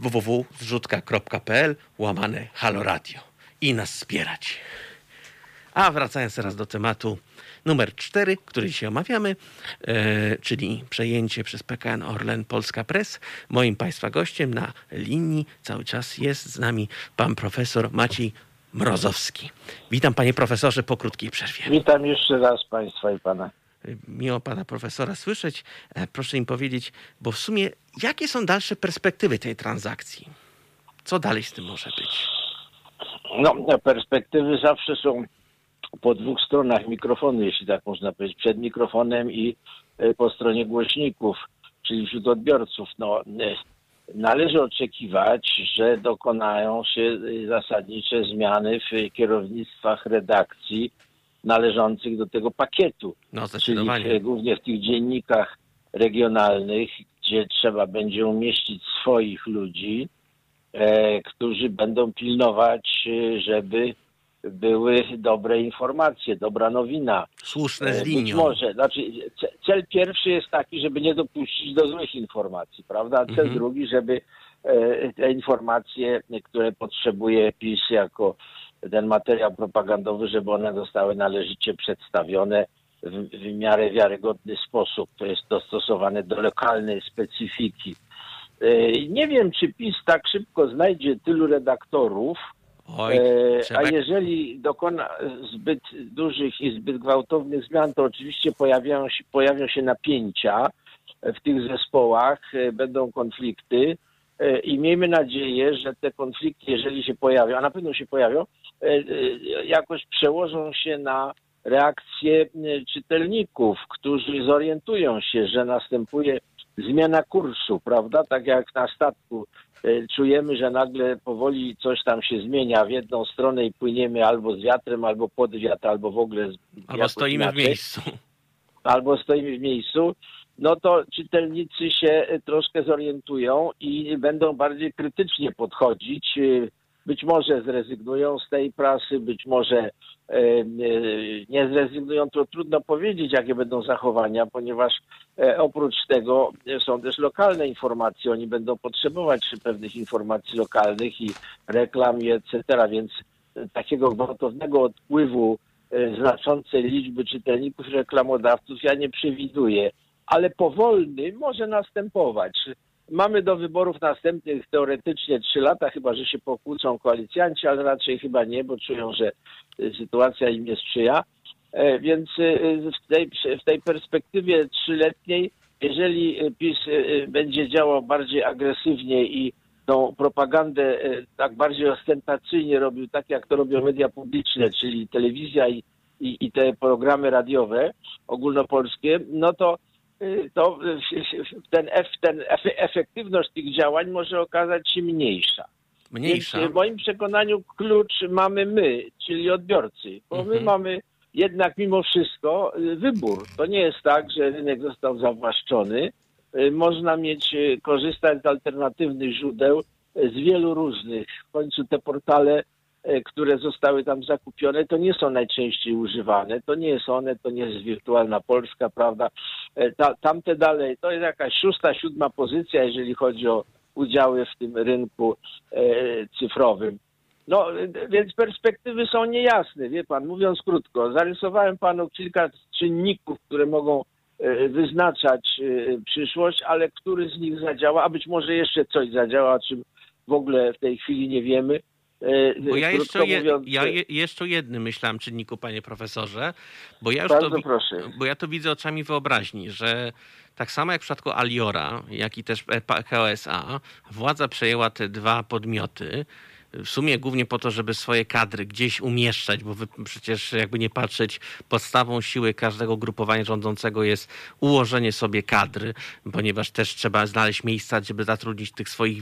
Speaker 2: www.zrzutka.pl/Halo Radio i nas wspierać. A wracając teraz do tematu numer 4, który dzisiaj omawiamy, czyli przejęcie przez PKN Orlen Polska Press. Moim Państwa gościem na linii cały czas jest z nami pan profesor Maciej Mrozowski. Witam panie profesorze po krótkiej przerwie.
Speaker 4: Witam jeszcze raz Państwa i pana.
Speaker 2: Miło pana profesora słyszeć. Proszę im powiedzieć, bo w sumie jakie są dalsze perspektywy tej transakcji? Co dalej z tym może być?
Speaker 4: Perspektywy zawsze są po dwóch stronach mikrofonu, jeśli tak można powiedzieć, przed mikrofonem i po stronie głośników, czyli wśród odbiorców. Należy oczekiwać, że dokonają się zasadnicze zmiany w kierownictwach redakcji należących do tego pakietu. Czyli głównie w tych dziennikach regionalnych, gdzie trzeba będzie umieścić swoich ludzi, którzy będą pilnować, żeby były dobre informacje, dobra nowina.
Speaker 2: Słuszne z linią.
Speaker 4: Być może. Cel pierwszy jest taki, żeby nie dopuścić do złych informacji, prawda? Cel drugi, żeby te informacje, które potrzebuje PiS jako ten materiał propagandowy, żeby one zostały należycie przedstawione w miarę wiarygodny sposób. To jest dostosowane do lokalnej specyfiki. Nie wiem, czy PiS tak szybko znajdzie tylu redaktorów, a jeżeli dokona zbyt dużych i zbyt gwałtownych zmian, to oczywiście pojawią się napięcia w tych zespołach, będą konflikty i miejmy nadzieję, że te konflikty, jeżeli się pojawią, a na pewno się pojawią, jakoś przełożą się na reakcje czytelników, którzy zorientują się, że następuje zmiana kursu, prawda? Tak jak na statku czujemy, że nagle powoli coś tam się zmienia w jedną stronę i płyniemy albo z wiatrem, albo pod wiatr, albo w ogóle
Speaker 2: albo stoimy inaczej. W miejscu.
Speaker 4: Albo stoimy w miejscu, to czytelnicy się troszkę zorientują i będą bardziej krytycznie podchodzić. Być może zrezygnują z tej prasy, być może nie zrezygnują, to trudno powiedzieć, jakie będą zachowania, ponieważ oprócz tego są też lokalne informacje. Oni będą potrzebować pewnych informacji lokalnych i reklam i etc., więc takiego gwałtownego odpływu znaczącej liczby czytelników i reklamodawców ja nie przewiduję, ale powolny może następować. Mamy do wyborów następnych teoretycznie 3 lata, chyba że się pokłócą koalicjanci, ale raczej chyba nie, bo czują, że sytuacja im nie sprzyja. Więc w tej perspektywie 3-letniej, jeżeli PiS będzie działał bardziej agresywnie i tą propagandę tak bardziej ostentacyjnie robił, tak jak to robią media publiczne, czyli telewizja i te programy radiowe ogólnopolskie, to efektywność tych działań może okazać się mniejsza.
Speaker 2: mniejsza.
Speaker 4: Więc w moim przekonaniu klucz mamy my, czyli odbiorcy, bo my mamy jednak mimo wszystko wybór. To nie jest tak, że rynek został zawłaszczony. Można korzystać z alternatywnych źródeł, z wielu różnych. W końcu te portale, które zostały tam zakupione, to nie są najczęściej używane. To nie jest Wirtualna Polska, prawda? Tamte dalej, to jest jakaś 6., 7. pozycja, jeżeli chodzi o udziały w tym rynku cyfrowym. No, więc perspektywy są niejasne, wie pan, mówiąc krótko. Zarysowałem panu kilka czynników, które mogą wyznaczać przyszłość, ale który z nich zadziała, a być może jeszcze coś zadziała, o czym w ogóle w tej chwili nie wiemy.
Speaker 2: Bo ja jeszcze o jednym myślałem czynniku, panie profesorze, bo ja to widzę oczami wyobraźni, że tak samo jak w przypadku Aliora, jak i też PKO SA, władza przejęła te dwa podmioty, w sumie głównie po to, żeby swoje kadry gdzieś umieszczać, bo przecież jakby nie patrzeć, podstawą siły każdego ugrupowania rządzącego jest ułożenie sobie kadry, ponieważ też trzeba znaleźć miejsca, żeby zatrudnić tych swoich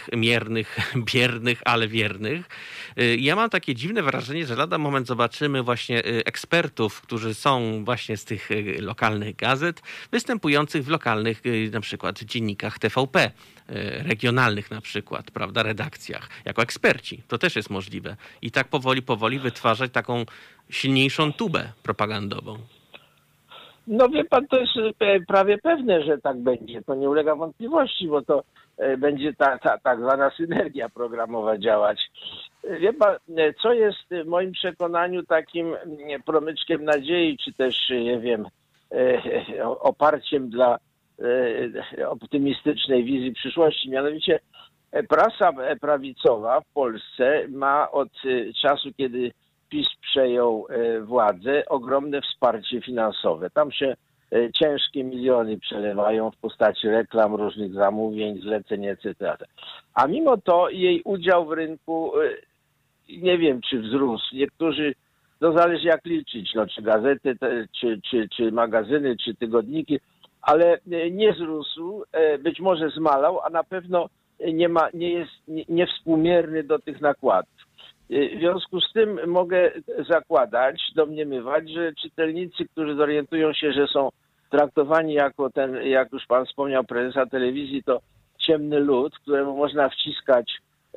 Speaker 2: biernych, ale wiernych. Ja mam takie dziwne wrażenie, że lada moment zobaczymy właśnie ekspertów, którzy są właśnie z tych lokalnych gazet, występujących w lokalnych na przykład dziennikach TVP, regionalnych na przykład, prawda, redakcjach, jako eksperci. To też jest możliwe. I tak powoli wytwarzać taką silniejszą tubę propagandową.
Speaker 4: No wie pan, to jest prawie pewne, że tak będzie. To nie ulega wątpliwości, bo to będzie tak zwana synergia programowa działać. Wie pan, co jest w moim przekonaniu takim promyczkiem nadziei, czy też, nie wiem, oparciem dla optymistycznej wizji przyszłości. Mianowicie prasa prawicowa w Polsce ma od czasu, kiedy PiS przejął władzę, ogromne wsparcie finansowe. Tam się ciężkie miliony przelewają w postaci reklam, różnych zamówień, zleceń, etc. A mimo to jej udział w rynku, nie wiem, czy wzrósł. Niektórzy, no zależy jak liczyć, no, czy gazety, czy magazyny, czy tygodniki, ale nie wzrósł, być może zmalał, a na pewno nie jest niewspółmierny do tych nakładów. W związku z tym mogę zakładać, domniemywać, że czytelnicy, którzy zorientują się, że są traktowani jako ten, jak już pan wspomniał, prezesa telewizji, to ciemny lud, któremu można wciskać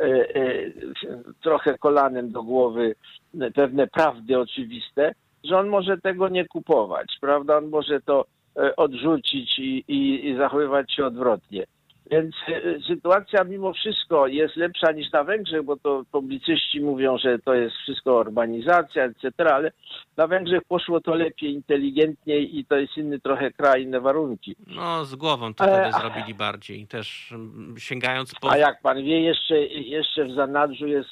Speaker 4: trochę kolanem do głowy pewne prawdy oczywiste, że on może tego nie kupować, prawda? On może to odrzucić i zachowywać się odwrotnie. Więc sytuacja mimo wszystko jest lepsza niż na Węgrzech, bo to publicyści mówią, że to jest wszystko urbanizacja, etc., ale na Węgrzech poszło to lepiej, inteligentniej i to jest inny trochę kraj, inne warunki.
Speaker 2: No z głową to wtedy zrobili bardziej, też sięgając po...
Speaker 4: A jak pan wie, jeszcze w zanadrzu jest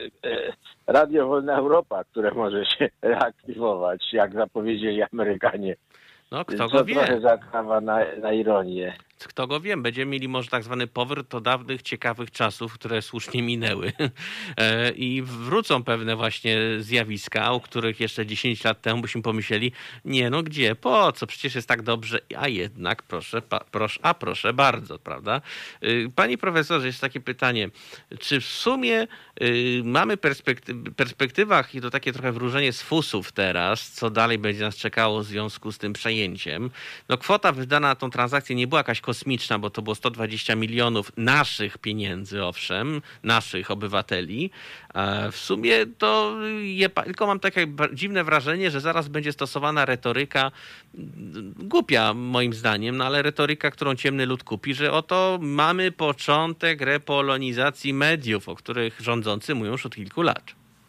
Speaker 4: Radio Wolna Europa, które może się reaktywować, jak zapowiedzieli Amerykanie.
Speaker 2: No, kto go wie.
Speaker 4: Trochę zakrawa na ironię.
Speaker 2: Kto go wie, będziemy mieli może tak zwany powrót do dawnych, ciekawych czasów, które słusznie minęły. I wrócą pewne właśnie zjawiska, o których jeszcze 10 lat temu byśmy pomyśleli, nie no gdzie, po co, przecież jest tak dobrze, a jednak proszę bardzo, prawda? Panie profesorze, jest takie pytanie, czy w sumie mamy perspektywach i to takie trochę wróżenie z fusów teraz, co dalej będzie nas czekało w związku z tym przejęciem? No kwota wydana na tą transakcję nie była jakaś kosmiczna, bo to było 120 milionów naszych pieniędzy, owszem, naszych obywateli. W sumie to tylko mam takie dziwne wrażenie, że zaraz będzie stosowana retoryka głupia moim zdaniem, no ale retoryka, którą ciemny lud kupi, że oto mamy początek repolonizacji mediów, o których rządzący mówią już od kilku lat.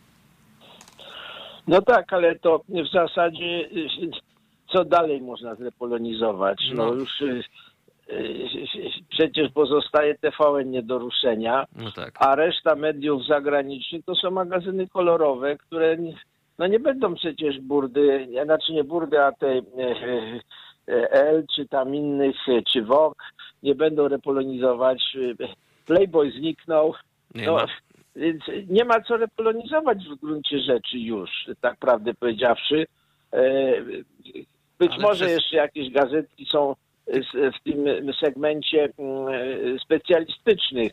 Speaker 4: No tak, ale to w zasadzie co dalej można zrepolonizować? No już przecież pozostaje TVN nie do ruszenia,
Speaker 2: no tak. A
Speaker 4: reszta mediów zagranicznych to są magazyny kolorowe, które nie będą przecież burdy, znaczy nie burdy, a te L czy tam innych, czy Vogue nie będą repolonizować. Playboy zniknął. Więc nie ma co repolonizować w gruncie rzeczy już, tak prawdę powiedziawszy. Być może jeszcze jakieś gazetki są w tym segmencie specjalistycznych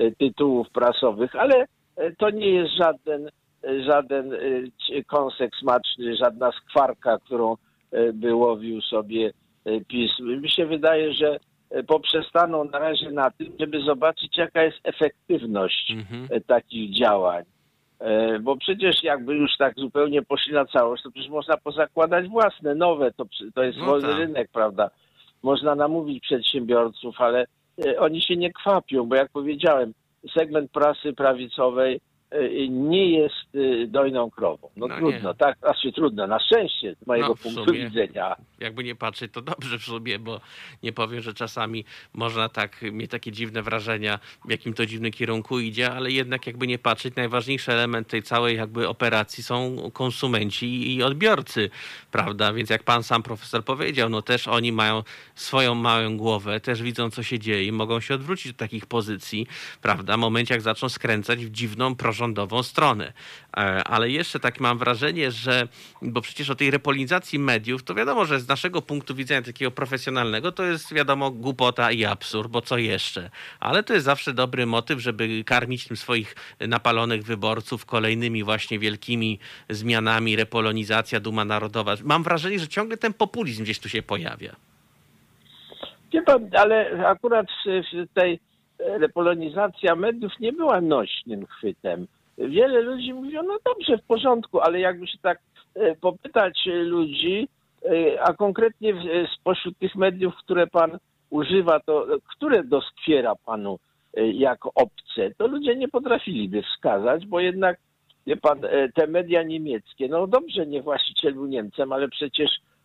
Speaker 4: tytułów prasowych, ale to nie jest żaden kąsek smaczny, żadna skwarka, którą by łowił sobie PiS. Mi się wydaje, że poprzestaną na razie na tym, żeby zobaczyć, jaka jest efektywność takich działań. Bo przecież jakby już tak zupełnie poszli na całość, to przecież można pozakładać własne, nowe, to jest wolny rynek, prawda? Można namówić przedsiębiorców, ale oni się nie kwapią, bo jak powiedziałem, segment prasy prawicowej nie jest dojną krową. No trudno, nie. Tak, znaczy trudno, na szczęście z mojego punktu widzenia.
Speaker 2: Jakby nie patrzeć, to dobrze w sumie, bo nie powiem, że czasami można mieć takie dziwne wrażenia, w jakim to dziwnym kierunku idzie, ale jednak jakby nie patrzeć, najważniejszy element tej całej jakby operacji są konsumenci i odbiorcy, prawda? Więc jak pan sam profesor powiedział, no też oni mają swoją małą głowę, też widzą, co się dzieje i mogą się odwrócić do takich pozycji, prawda? W momencie, jak zaczną skręcać w dziwną, rządową stronę. Ale jeszcze tak mam wrażenie, że, bo przecież o tej repolinizacji mediów, to wiadomo, że z naszego punktu widzenia takiego profesjonalnego to jest wiadomo głupota i absurd, bo co jeszcze? Ale to jest zawsze dobry motyw, żeby karmić tym swoich napalonych wyborców kolejnymi właśnie wielkimi zmianami, repolonizacja, duma narodowa. Mam wrażenie, że ciągle ten populizm gdzieś tu się pojawia.
Speaker 4: Wie pan, ale akurat w tej repolonizacja mediów nie była nośnym chwytem. Wiele ludzi mówiło, no dobrze, w porządku, ale jakby się tak popytać ludzi, a konkretnie spośród tych mediów, które pan używa, to które doskwiera panu jako obce, to ludzie nie potrafiliby wskazać, bo jednak, wie pan, te media niemieckie, no dobrze, nie właściciel był Niemcem, ale przecież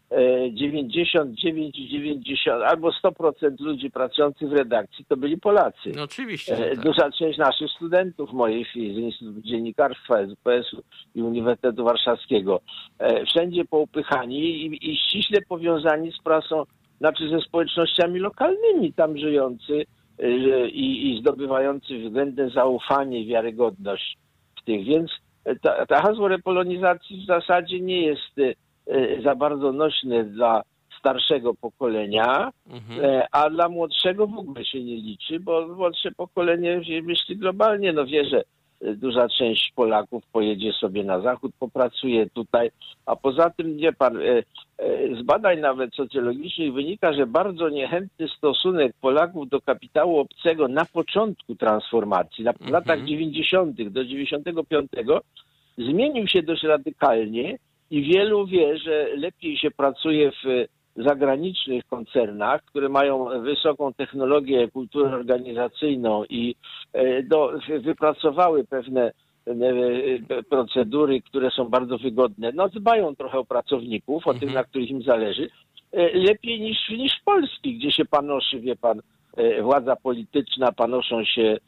Speaker 4: 99,90 albo 100% ludzi pracujących w redakcji to byli Polacy.
Speaker 2: No oczywiście. Tak.
Speaker 4: Duża część naszych studentów mojej firmy, z Instytutu Dziennikarstwa, SWPS-u i Uniwersytetu Warszawskiego, wszędzie poupychani i ściśle powiązani z prasą, znaczy ze społecznościami lokalnymi tam żyjący i zdobywający względne zaufanie i wiarygodność w tych. Więc ta hasło repolonizacji w zasadzie nie jest za bardzo nośne dla starszego pokolenia, a dla młodszego w ogóle się nie liczy, bo młodsze pokolenie myśli globalnie, no wie, że duża część Polaków pojedzie sobie na zachód, popracuje tutaj, a poza tym, wie pan, z badań nawet socjologicznych wynika, że bardzo niechętny stosunek Polaków do kapitału obcego na początku transformacji, w latach 90. do 95 zmienił się dość radykalnie i wielu wie, że lepiej się pracuje w zagranicznych koncernach, które mają wysoką technologię, kulturę organizacyjną i wypracowały pewne procedury, które są bardzo wygodne. No dbają trochę o pracowników, o tych, na których im zależy, lepiej niż w Polsce, gdzie się panoszy, wie pan, władza polityczna, panoszą się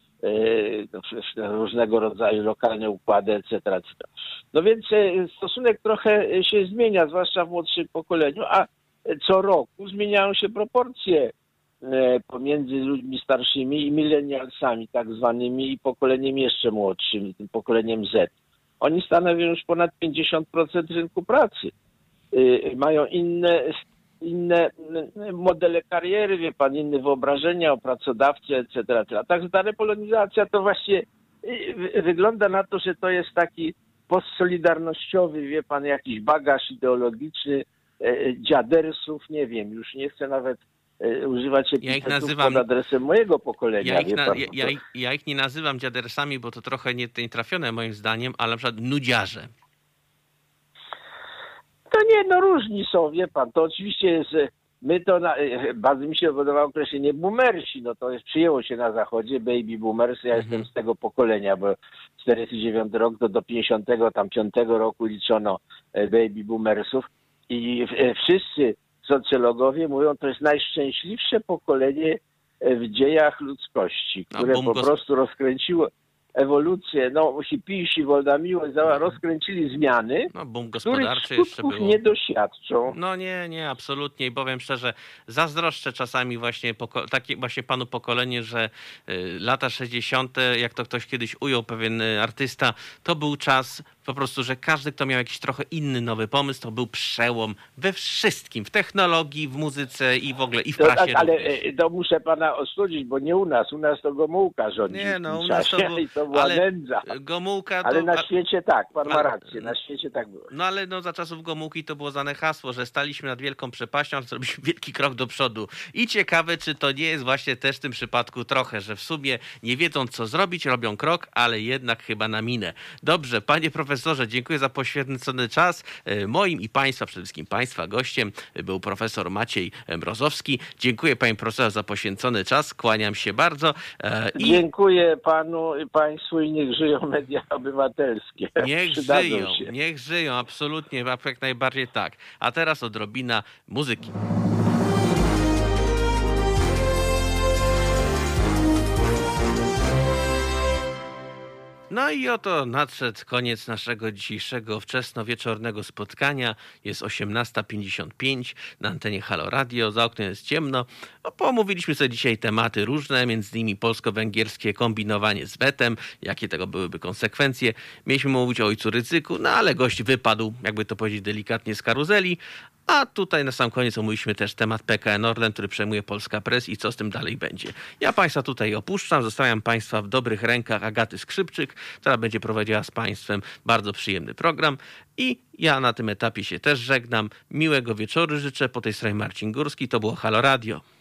Speaker 4: różnego rodzaju lokalne układy, etc. No więc stosunek trochę się zmienia, zwłaszcza w młodszym pokoleniu, a co roku zmieniają się proporcje pomiędzy ludźmi starszymi i milenialsami tak zwanymi i pokoleniem jeszcze młodszym, tym pokoleniem Z. Oni stanowią już ponad 50% rynku pracy. Mają inne modele kariery, wie pan, inne wyobrażenia o pracodawcy, etc. Także ta repolonizacja to właśnie wygląda na to, że to jest taki postsolidarnościowy, wie pan, jakiś bagaż ideologiczny dziadersów, nie wiem, już nie chcę nawet używać epitetów pod adresem mojego pokolenia.
Speaker 2: Ja ich nie nazywam dziadersami, bo to trochę nie trafione moim zdaniem, ale na przykład nudziarze.
Speaker 4: To nie, no różni są, wie pan, to oczywiście jest, bardzo mi się podoba określenie boomersi, no to jest, przyjęło się na zachodzie, baby boomers, ja jestem z tego pokolenia, bo 49 rok do 55 roku liczono baby boomersów i wszyscy socjologowie mówią, to jest najszczęśliwsze pokolenie w dziejach ludzkości, które po prostu rozkręciło ewolucję, no hipisi, wolna miłość, rozkręcili zmiany,
Speaker 2: boom
Speaker 4: gospodarczy których skutków nie doświadczą.
Speaker 2: No nie, absolutnie i powiem szczerze, zazdroszczę czasami właśnie takie właśnie panu pokolenie, że lata 60., jak to ktoś kiedyś ujął pewien artysta, to był czas po prostu, że każdy, kto miał jakiś trochę inny, nowy pomysł, to był przełom we wszystkim, w technologii, w muzyce i w ogóle, i w
Speaker 4: To
Speaker 2: prasie
Speaker 4: tak, ale
Speaker 2: również.
Speaker 4: to muszę pana ostudzić, bo nie u nas to Gomułka rządzi.
Speaker 2: Nie, no
Speaker 4: w tym
Speaker 2: u nas to
Speaker 4: czasie
Speaker 2: było,
Speaker 4: i to była
Speaker 2: ale
Speaker 4: nędza.
Speaker 2: Gomułka to...
Speaker 4: Ale na świecie tak, pan ma
Speaker 2: ale-
Speaker 4: rację, na świecie tak było.
Speaker 2: No ale no za czasów Gomułki to było znane hasło, że staliśmy nad wielką przepaścią, ale zrobiliśmy wielki krok do przodu. I ciekawe, czy to nie jest właśnie też w tym przypadku trochę, że w sumie nie wiedzą co zrobić, robią krok, ale jednak chyba na minę. Dobrze, panie profesorze, dziękuję za poświęcony czas. Moim i państwa, przede wszystkim państwa gościem był profesor Maciej Mrozowski. Dziękuję panie profesorze za poświęcony czas, kłaniam się bardzo.
Speaker 4: Dziękuję panu i państwu i niech żyją media obywatelskie. Przydadzą się.
Speaker 2: Niech żyją, absolutnie, jak najbardziej tak. A teraz odrobina muzyki. No i oto nadszedł koniec naszego dzisiejszego wczesnowieczornego spotkania. Jest 18:55 na antenie Halo Radio. Za oknem jest ciemno. Pomówiliśmy sobie dzisiaj tematy różne, między innymi polsko-węgierskie kombinowanie z wetem, jakie tego byłyby konsekwencje. Mieliśmy mówić o ojcu Rydzyku, no ale gość wypadł, jakby to powiedzieć delikatnie, z karuzeli. A tutaj na sam koniec omówiliśmy też temat PKN Orlen, który przejmuje Polska Press i co z tym dalej będzie. Ja państwa tutaj opuszczam, zostawiam państwa w dobrych rękach Agaty Skrzypczyk, która będzie prowadziła z państwem bardzo przyjemny program. I ja na tym etapie się też żegnam. Miłego wieczoru życzę. Po tej stronie Marcin Górski. To było Halo Radio.